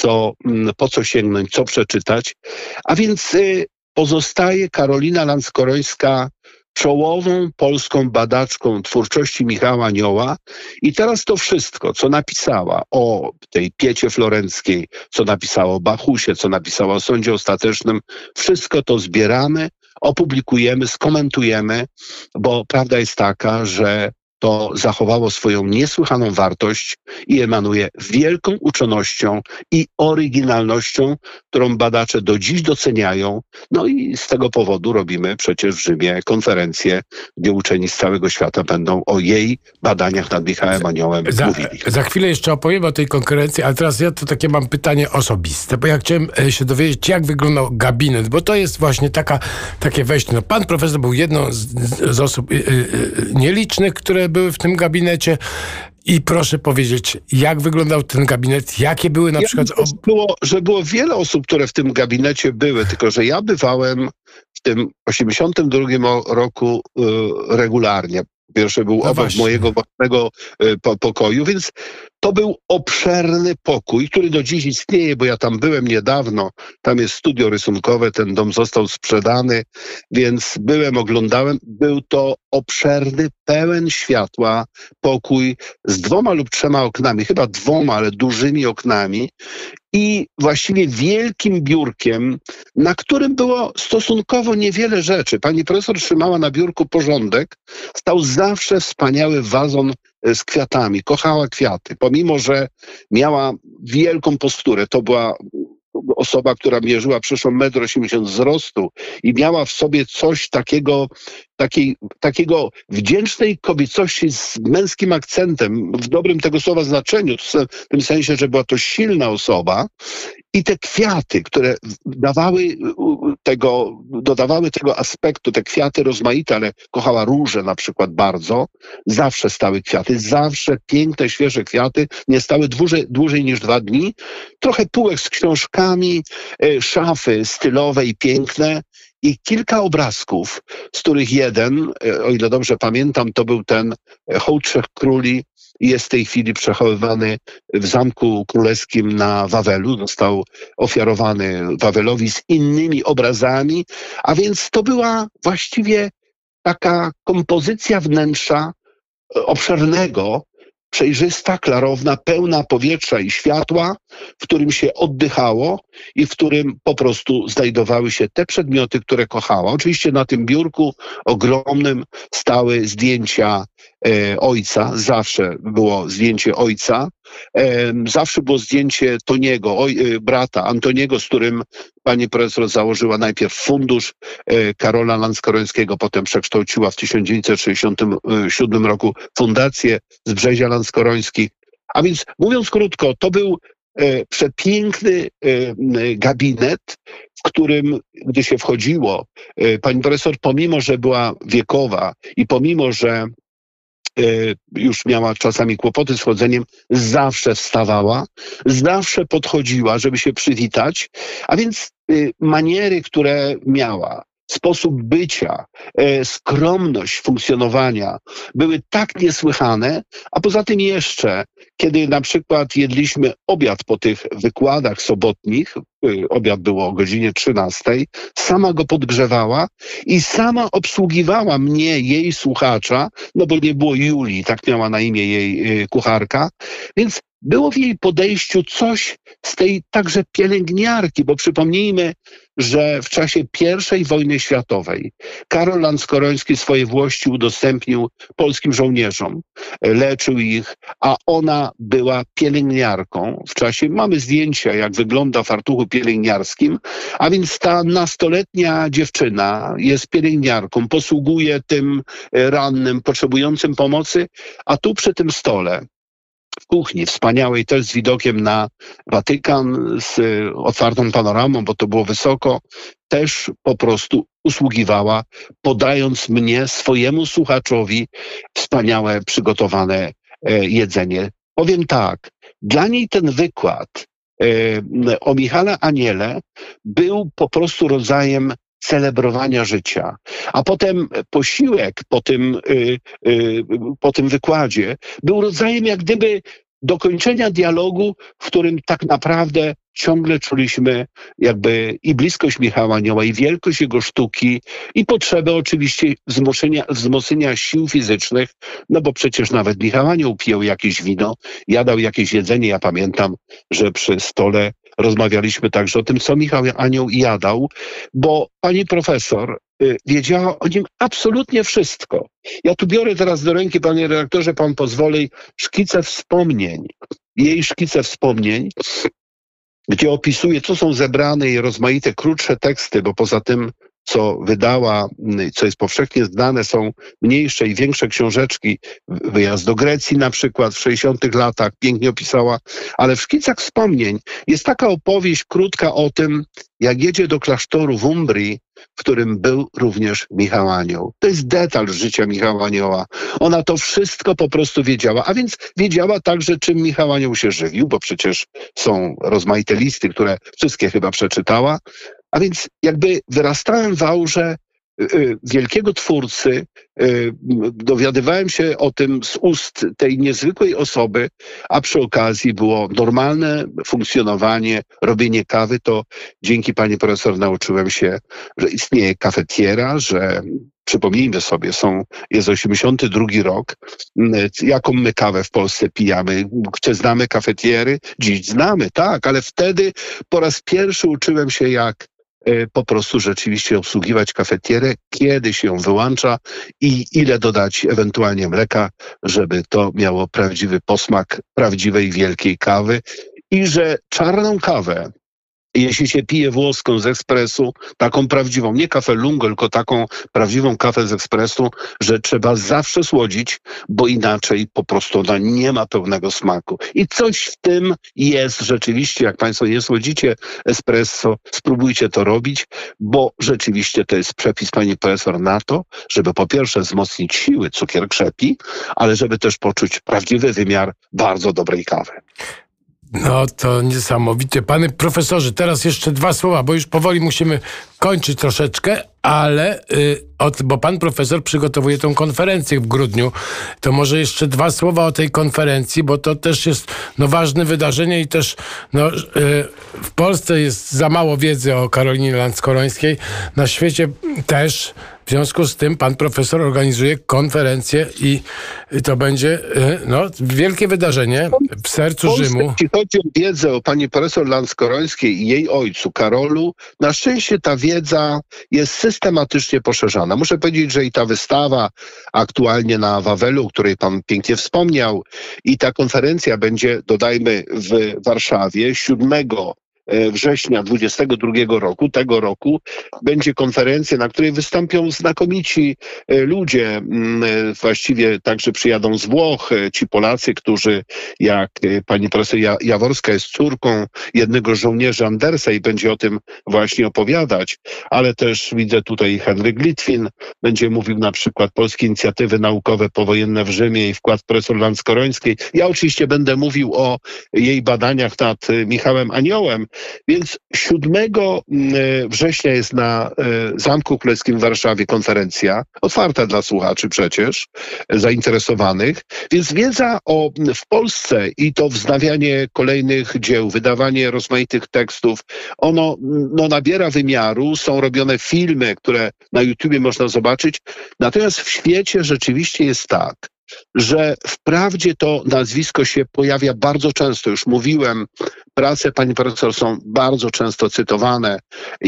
po co sięgnąć, co przeczytać. A więc pozostaje Karolina Lanckorońska czołową polską badaczką twórczości Michała Anioła. I teraz to wszystko, co napisała o tej Piecie Florenckiej, co napisała o Bachusie, co napisała o Sądzie Ostatecznym, wszystko to zbieramy, opublikujemy, skomentujemy, bo prawda jest taka, że to zachowało swoją niesłychaną wartość i emanuje wielką uczonością i oryginalnością, którą badacze do dziś doceniają. No i z tego powodu robimy przecież w Rzymie konferencję, gdzie uczeni z całego świata będą o jej badaniach nad Michałem Aniołem mówili. Za chwilę jeszcze opowiem o tej konferencji, ale teraz ja to takie mam pytanie osobiste, bo ja chciałem się dowiedzieć, jak wyglądał gabinet, bo to jest właśnie takie wejście. No, pan profesor był jedną z osób nielicznych, które były w tym gabinecie. I proszę powiedzieć, jak wyglądał ten gabinet, jakie były na przykład... Było wiele osób, które w tym gabinecie były, tylko że ja bywałem w tym 82 roku regularnie. Pierwszy był obok mojego własnego pokoju, więc to był obszerny pokój, który do dziś istnieje, bo ja tam byłem niedawno. Tam jest studio rysunkowe, ten dom został sprzedany, więc oglądałem. Był to obszerny, pełen światła pokój z 2 lub 3 oknami, chyba 2, ale dużymi oknami. I właściwie wielkim biurkiem, na którym było stosunkowo niewiele rzeczy. Pani profesor trzymała na biurku porządek, stał zawsze wspaniały wazon z kwiatami, kochała kwiaty, pomimo że miała wielką posturę. To była osoba, która mierzyła przyszło 1,80 m wzrostu i miała w sobie coś takiego takiego wdzięcznej kobiecości z męskim akcentem, w dobrym tego słowa znaczeniu, w tym sensie, że była to silna osoba, i te kwiaty, które dodawały tego aspektu, te kwiaty rozmaite, ale kochała róże na przykład bardzo, zawsze stały kwiaty, zawsze piękne, świeże kwiaty, nie stały dłużej niż 2 dni, trochę półek z książkami, szafy stylowe i piękne, i kilka obrazków, z których jeden, o ile dobrze pamiętam, to był ten Hołd Trzech Króli, jest w tej chwili przechowywany w Zamku Królewskim na Wawelu. Został ofiarowany Wawelowi z innymi obrazami, a więc to była właściwie taka kompozycja wnętrza obszernego, przejrzysta, klarowna, pełna powietrza i światła, w którym się oddychało i w którym po prostu znajdowały się te przedmioty, które kochała. Oczywiście na tym biurku ogromnym stały zdjęcia ojca, zawsze było zdjęcie ojca, zawsze było zdjęcie Toniego, brata Antoniego, z którym pani profesor założyła najpierw fundusz Karola Lanskorońskiego, potem przekształciła w 1967 roku fundację Zbrzezia Lanskorońskich. A więc mówiąc krótko, to był przepiękny gabinet, w którym, gdy się wchodziło, pani profesor, pomimo że była wiekowa i pomimo że już miała czasami kłopoty z chodzeniem, zawsze wstawała, zawsze podchodziła, żeby się przywitać, a więc maniery, które miała, sposób bycia, skromność funkcjonowania były tak niesłychane, a poza tym jeszcze, kiedy na przykład jedliśmy obiad po tych wykładach sobotnich, obiad było o godzinie 13, sama go podgrzewała i sama obsługiwała mnie, jej słuchacza, no bo nie było Julii, tak miała na imię jej kucharka, więc było w jej podejściu coś z tej także pielęgniarki, bo przypomnijmy, że w czasie I wojny światowej Karol Lanskoroński swoje włości udostępnił polskim żołnierzom, leczył ich, a ona była pielęgniarką. W czasie mamy zdjęcia, jak wygląda w fartuchu pielęgniarskim, a więc ta nastoletnia dziewczyna jest pielęgniarką, posługuje tym rannym, potrzebującym pomocy, a tu przy tym stole, w kuchni wspaniałej, też z widokiem na Watykan, z otwartą panoramą, bo to było wysoko, też po prostu usługiwała, podając mnie, swojemu słuchaczowi, wspaniałe, przygotowane jedzenie. Powiem tak, dla niej ten wykład o Michale Aniele był po prostu rodzajem celebrowania życia. A potem posiłek po tym wykładzie był rodzajem jak gdyby dokończenia dialogu, w którym tak naprawdę ciągle czuliśmy jakby i bliskość Michała Anioła, i wielkość jego sztuki, i potrzebę oczywiście wzmocnienia sił fizycznych, no bo przecież nawet Michał Anioł pijał jakieś wino, jadał jakieś jedzenie. Ja pamiętam, że przy stole rozmawialiśmy także o tym, co Michał Anioł jadał, bo pani profesor wiedziała o nim absolutnie wszystko. Ja tu biorę teraz do ręki, panie redaktorze, pan pozwoli, szkice wspomnień. Jej szkice wspomnień, gdzie opisuje, co są zebrane jej rozmaite, krótsze teksty, bo poza tym, co wydała, co jest powszechnie znane, są mniejsze i większe książeczki. Wyjazd do Grecji na przykład w 60 latach pięknie opisała, ale w szkicach wspomnień jest taka opowieść krótka o tym, jak jedzie do klasztoru w Umbrii, w którym był również Michał Anioł. To jest detal życia Michała Anioła. Ona to wszystko po prostu wiedziała, a więc wiedziała także, czym Michał Anioł się żywił, bo przecież są rozmaite listy, które wszystkie chyba przeczytała. A więc jakby wyrastałem w aurze wielkiego twórcy, dowiadywałem się o tym z ust tej niezwykłej osoby, a przy okazji było normalne funkcjonowanie, robienie kawy. To dzięki pani profesor nauczyłem się, że istnieje kafetiera, że przypomnijmy sobie, jest 82 rok, jaką my kawę w Polsce pijamy. Czy znamy kafetiery? Dziś znamy, tak, ale wtedy po raz pierwszy uczyłem się, jak po prostu rzeczywiście obsługiwać kafetierę, kiedy się ją wyłącza i ile dodać ewentualnie mleka, żeby to miało prawdziwy posmak prawdziwej wielkiej kawy. I że czarną kawę jeśli się pije włoską z ekspresu, taką prawdziwą, nie kawę lungo, tylko taką prawdziwą kawę z ekspresu, że trzeba zawsze słodzić, bo inaczej po prostu ona nie ma pełnego smaku. I coś w tym jest rzeczywiście, jak Państwo nie słodzicie espresso, spróbujcie to robić, bo rzeczywiście to jest przepis pani profesor na to, żeby po pierwsze wzmocnić siły, cukier krzepi, ale żeby też poczuć prawdziwy wymiar bardzo dobrej kawy. No to niesamowicie. Panie profesorze, teraz jeszcze 2 słowa, bo już powoli musimy kończyć troszeczkę, ale bo pan profesor przygotowuje tą konferencję w grudniu, to może jeszcze 2 słowa o tej konferencji, bo to też jest ważne wydarzenie i też w Polsce jest za mało wiedzy o Karolinie Lanskorońskiej, na świecie też. W związku z tym pan profesor organizuje konferencję i to będzie wielkie wydarzenie w sercu Rzymu. Jeśli chodzi o wiedzę o pani profesor Lanskorońskiej i jej ojcu Karolu, na szczęście ta wiedza jest systematycznie poszerzana. Muszę powiedzieć, że i ta wystawa aktualnie na Wawelu, o której pan pięknie wspomniał, i ta konferencja będzie, dodajmy, w Warszawie 7 września 2022 roku, tego roku, będzie konferencja, na której wystąpią znakomici ludzie. Właściwie także przyjadą z Włoch, ci Polacy, którzy, jak pani profesor Jaworska jest córką jednego żołnierza Andersa i będzie o tym właśnie opowiadać, ale też widzę tutaj Henryk Litwin, będzie mówił na przykład polskie inicjatywy naukowe powojenne w Rzymie i wkład profesor Lanskorońskiej. Ja oczywiście będę mówił o jej badaniach nad Michałem Aniołem. Więc 7 września jest na Zamku Królewskim w Warszawie konferencja, otwarta dla słuchaczy przecież, zainteresowanych. Więc wiedza w Polsce i to wznawianie kolejnych dzieł, wydawanie rozmaitych tekstów, ono nabiera wymiaru, są robione filmy, które na YouTubie można zobaczyć. Natomiast w świecie rzeczywiście jest tak, że wprawdzie to nazwisko się pojawia bardzo często. Już mówiłem, prace pani profesor są bardzo często cytowane.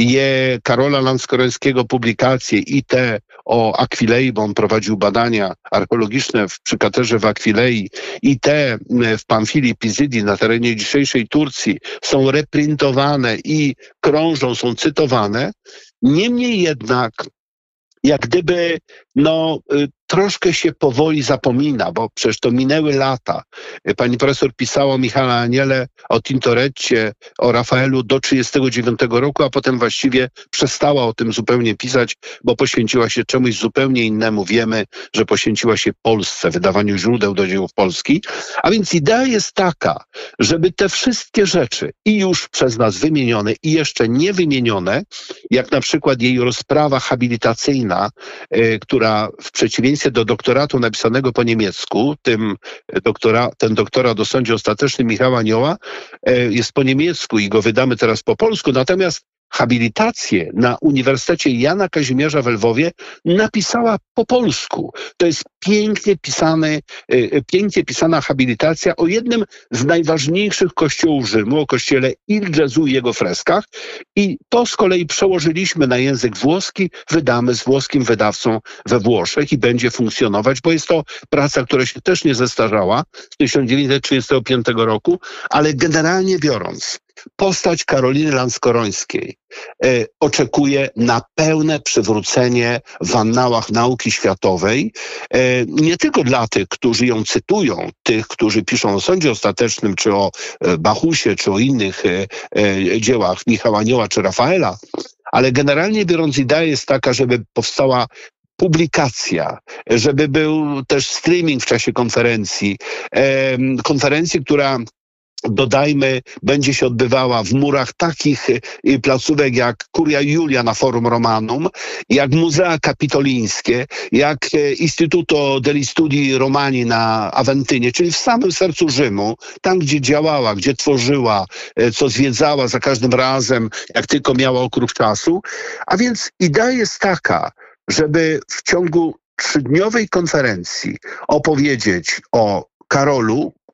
Karola Lanskorońskiego publikacje i te o Akwilei, bo on prowadził badania archeologiczne przy katedrze w Akwilei, i te w Pamfilii Pizydii na terenie dzisiejszej Turcji są reprintowane i krążą, są cytowane. Niemniej jednak jak gdyby troszkę się powoli zapomina, bo przecież to minęły lata. Pani profesor pisała o Michale Aniele, o Tintoretcie, o Rafaelu do 1939 roku, a potem właściwie przestała o tym zupełnie pisać, bo poświęciła się czemuś zupełnie innemu. Wiemy, że poświęciła się Polsce, wydawaniu źródeł do dzieł Polski. A więc idea jest taka, żeby te wszystkie rzeczy i już przez nas wymienione i jeszcze nie wymienione, jak na przykład jej rozprawa habilitacyjna, która w przeciwieństwie do doktoratu napisanego po niemiecku, ten doktorat o sądzie ostatecznym Michała Anioła jest po niemiecku i go wydamy teraz po polsku, natomiast habilitację na Uniwersytecie Jana Kazimierza w Lwowie napisała po polsku. To jest pięknie pisana habilitacja o jednym z najważniejszych kościołów Rzymu, o kościele Il Gesù i jego freskach, i to z kolei przełożyliśmy na język włoski, wydamy z włoskim wydawcą we Włoszech i będzie funkcjonować, bo jest to praca, która się też nie zestarzała z 1935 roku, ale generalnie biorąc, postać Karoliny Lanskorońskiej oczekuje na pełne przywrócenie w annałach nauki światowej, nie tylko dla tych, którzy ją cytują, tych, którzy piszą o sądzie ostatecznym, czy o Bachusie, czy o innych dziełach Michała Anioła, czy Rafaela, ale generalnie biorąc idea jest taka, żeby powstała publikacja, żeby był też streaming w czasie konferencji, która, dodajmy, będzie się odbywała w murach takich placówek jak Curia Julia na Forum Romanum, jak Muzea Kapitolińskie, jak Istituto degli Studi Romani na Aventynie, czyli w samym sercu Rzymu, tam gdzie działała, gdzie tworzyła, co zwiedzała za każdym razem, jak tylko miała okruch czasu. A więc idea jest taka, żeby w ciągu 3-dniowej konferencji opowiedzieć o Karolu,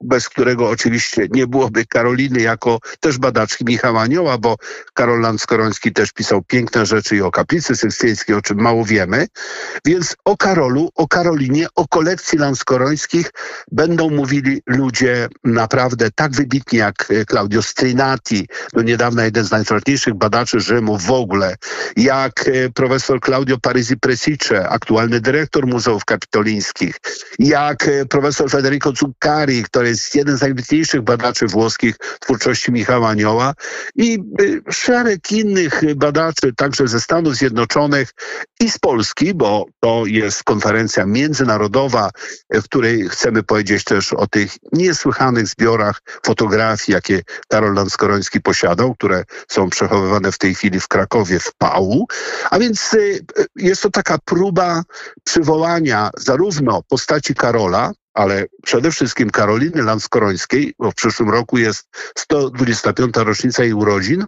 bez którego oczywiście nie byłoby Karoliny jako też badaczki Michała Anioła, bo Karol Lanskoroński też pisał piękne rzeczy i o kaplicy sykstyńskiej, o czym mało wiemy. Więc o Karolu, o Karolinie, o kolekcji Lanskorońskich będą mówili ludzie naprawdę tak wybitni jak Claudio Strinati, do niedawna jeden z najważniejszych badaczy Rzymu w ogóle, jak profesor Claudio Parisi Presice, aktualny dyrektor Muzeów Kapitolińskich, jak profesor Federico Zuccari, który jest jeden z najwybitniejszych badaczy włoskich twórczości Michała Anioła i szereg innych badaczy także ze Stanów Zjednoczonych i z Polski, bo to jest konferencja międzynarodowa, w której chcemy powiedzieć też o tych niesłychanych zbiorach fotografii, jakie Karol Lanskoroński posiadał, które są przechowywane w tej chwili w Krakowie, w PAU. A więc jest to taka próba przywołania zarówno postaci Karola, ale przede wszystkim Karoliny Lanskorońskiej, bo w przyszłym roku jest 125. rocznica jej urodzin,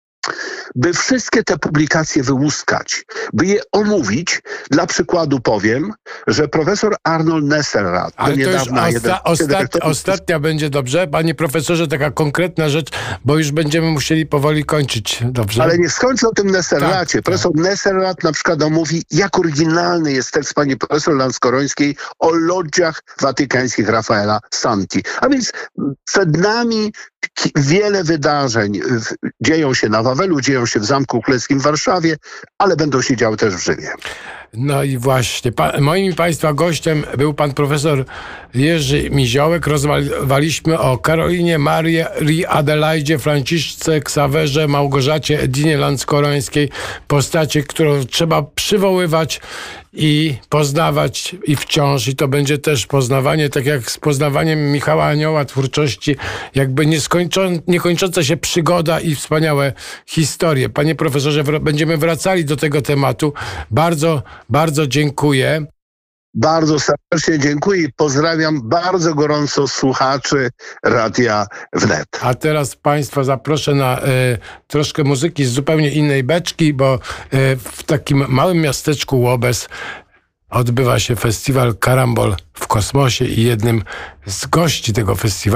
by wszystkie te publikacje wyłuskać, by je omówić. Dla przykładu powiem, że profesor Arnold Nesselrad... Ale to już ostatnia będzie, dobrze? Panie profesorze, taka konkretna rzecz, bo już będziemy musieli powoli kończyć, dobrze? Ale nie skończę o tym Nesselradzie. Tak. Profesor Nesselrad na przykład omówi, jak oryginalny jest tekst pani profesor Lanskorońskiej o lodżach watykańskich Rafaela Santi. A więc przed nami wiele wydarzeń dzieją się na Wawelu, dzieją się w Zamku Królewskim w Warszawie, ale będą się działy też w Rzymie. No i właśnie, moim Państwa gościem był pan profesor Jerzy Miziołek. Rozmawialiśmy o Karolinie, Marii Adelaidzie, Franciszce Ksawerze, Małgorzacie, Edinie Lanskorońskiej. Postacie, którą trzeba przywoływać i poznawać i wciąż. I to będzie też poznawanie, tak jak z poznawaniem Michała Anioła, twórczości, jakby niekończąca się przygoda i wspaniałe historie. Panie profesorze, będziemy wracali do tego tematu. Bardzo, bardzo dziękuję. Bardzo serdecznie dziękuję i pozdrawiam bardzo gorąco słuchaczy Radia Wnet. A teraz Państwa zaproszę na troszkę muzyki z zupełnie innej beczki, bo w takim małym miasteczku Łobez odbywa się festiwal Karambol w kosmosie i jednym z gości tego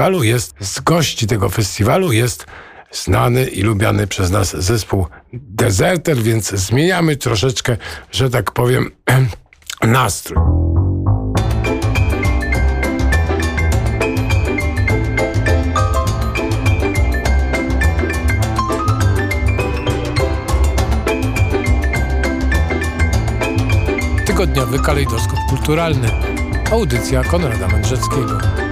festiwalu jest znany i lubiany przez nas zespół Deserter, więc zmieniamy troszeczkę, że tak powiem, nastrój. Tygodniowy kalejdoskop kulturalny. Audycja Konrada Mędrzeckiego.